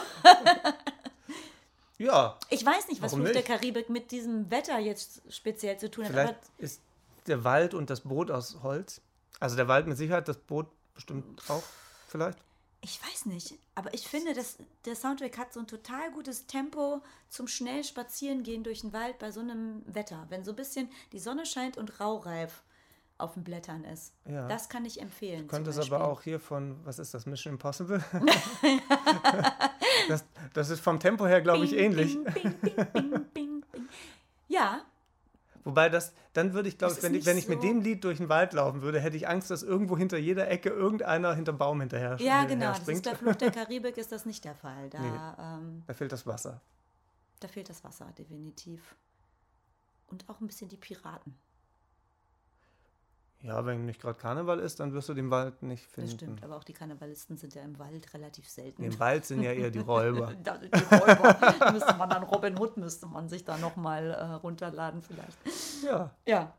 Ja, Ich weiß nicht, was Warum Fluch der nicht? Karibik mit diesem Wetter jetzt speziell zu tun hat, vielleicht aber ist der Wald und das Boot aus Holz. Also der Wald mit Sicherheit, das Boot bestimmt auch vielleicht. ich weiß nicht, aber ich finde, dass der Soundtrack hat so ein total gutes Tempo zum schnell Spazierengehen durch den Wald bei so einem Wetter. Wenn so ein bisschen die Sonne scheint und raureif auf den Blättern ist. Ja. Das kann ich empfehlen. Du könntest zum aber Beispiel. auch hier von, was ist das, Mission Impossible? das, das ist vom Tempo her, glaube ich, Bing, ähnlich. Bing, bing, bing, bing, bing, bing. Ja, Wobei das, dann würde ich, glaube Das ich, ist wenn, ich, nicht wenn ich mit so- dem Lied durch den Wald laufen würde, hätte ich Angst, dass irgendwo hinter jeder Ecke irgendeiner hinterm Baum hinterher ja hinterher genau. Das ist springt. bei Fluch der Karibik ist das nicht der Fall. Da, Nee. ähm, Da fehlt das Wasser. da fehlt das Wasser definitiv. Und auch ein bisschen die Piraten. Ja, wenn nicht gerade Karneval ist, dann wirst du den Wald nicht Das finden. stimmt, aber auch die Karnevalisten sind ja im Wald relativ selten. Im Wald sind ja eher die Räuber. Da sind die Räuber. Da müsste man dann Robin Hood, müsste man sich da nochmal äh, runterladen vielleicht. Ja, Ja.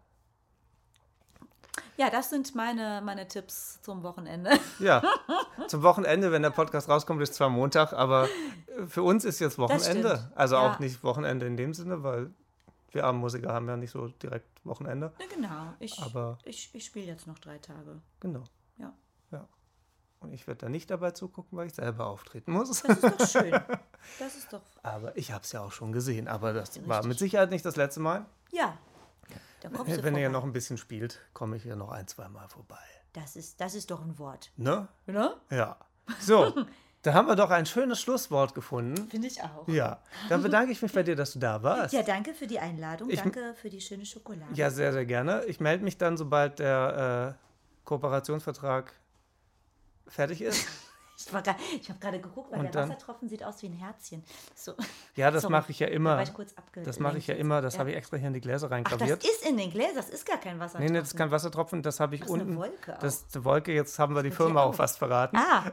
Ja, das sind meine, meine Tipps zum Wochenende. ja. Zum Wochenende, wenn der Podcast rauskommt, ist zwar Montag, aber äh, für uns ist jetzt Wochenende. stimmt. Also Ja. auch nicht Wochenende in dem Sinne, weil wir armen Musiker haben ja nicht so direkt Wochenende. Ja, genau. Ich, Aber- ich, ich spiele jetzt noch drei Tage. Genau. Ja. Ja. Und ich werde da nicht dabei zugucken, weil ich selber auftreten muss. Das ist doch schön. Das ist doch. Aber ich habe es ja auch schon gesehen. Aber das Richtig. war mit Sicherheit nicht das letzte Mal. Ja. Da kommst du Wenn ihr vorbei. noch ein bisschen spielt, komme ich ja noch ein, zwei Mal vorbei. Das ist, das ist doch ein Wort. Ne? Ne? Ja. So, da haben wir doch ein schönes Schlusswort gefunden. Finde ich auch. Ja, dann bedanke ich mich bei dir, dass du da warst. Ja, danke für die Einladung. Ich- danke für die schöne Schokolade. Ja, sehr, sehr gerne. Ich melde mich dann, sobald der äh, Kooperationsvertrag fertig ist. Ich, war gra- ich habe gerade geguckt, weil Und der dann- Wassertropfen sieht aus wie ein Herzchen. So. Ja, das Sorry, mache ich ja Da immer. war ich kurz abgelenkt Das mache ich ja jetzt. immer. Das Ja. habe ich extra hier in die Gläser Ach, das reingraviert. ist in den Gläsern, das ist gar kein Wassertropfen. Nee, nee, das ist kein Wassertropfen. Das habe ich Das ist eine unten. Wolke auch. Das ist eine Wolke. Jetzt haben wir die bei dir Firma auch auch. fast verraten. Ah.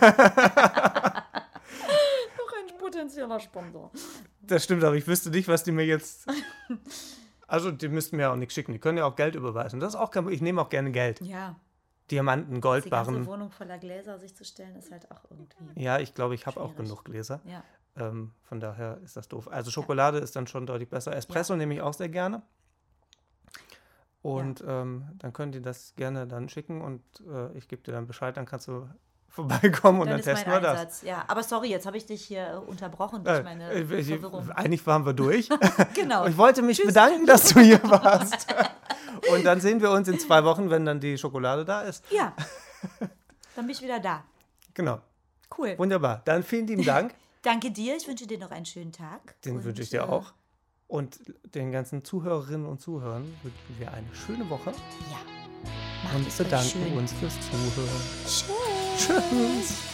Noch ein potenzieller Sponsor. Das stimmt, aber ich wüsste nicht, was die mir jetzt. Also, die müssten mir auch nichts schicken. Die können ja auch Geld überweisen. Das ist auch kein. Ich nehme auch gerne Geld. Ja, Diamanten, die ganze Goldbarren. Wohnung voller Gläser sich zu stellen, ist halt auch irgendwie. Ja, ich glaube, ich habe auch Schwierig. genug Gläser. Ja. Ähm, von daher ist das doof. Also Schokolade ist dann schon deutlich besser. Espresso nehme ich auch sehr gerne. Und ähm, dann könnt ihr das gerne dann schicken und äh, ich gebe dir dann Bescheid, dann kannst du vorbeikommen und Dann dann, ist mein testen wir das. Einsatz. Ja, aber sorry, jetzt habe ich dich hier äh, unterbrochen durch meine Äh, äh, Verwirrung. eigentlich waren wir durch. Genau. Ich wollte mich Tschüss. bedanken, dass du hier warst. Und dann sehen wir uns in zwei Wochen, wenn dann die Schokolade da ist. Ja, Dann bin ich wieder da. Genau. Cool. Wunderbar. Dann vielen lieben Dank. Danke dir. Ich wünsche dir noch einen schönen Tag. Den Und, wünsche ich dir äh, auch. Und den ganzen Zuhörerinnen und Zuhörern wünschen wir eine schöne Woche Ja. Macht und es euch bedanken schön. uns fürs Zuhören. Tschüss. Tschüss.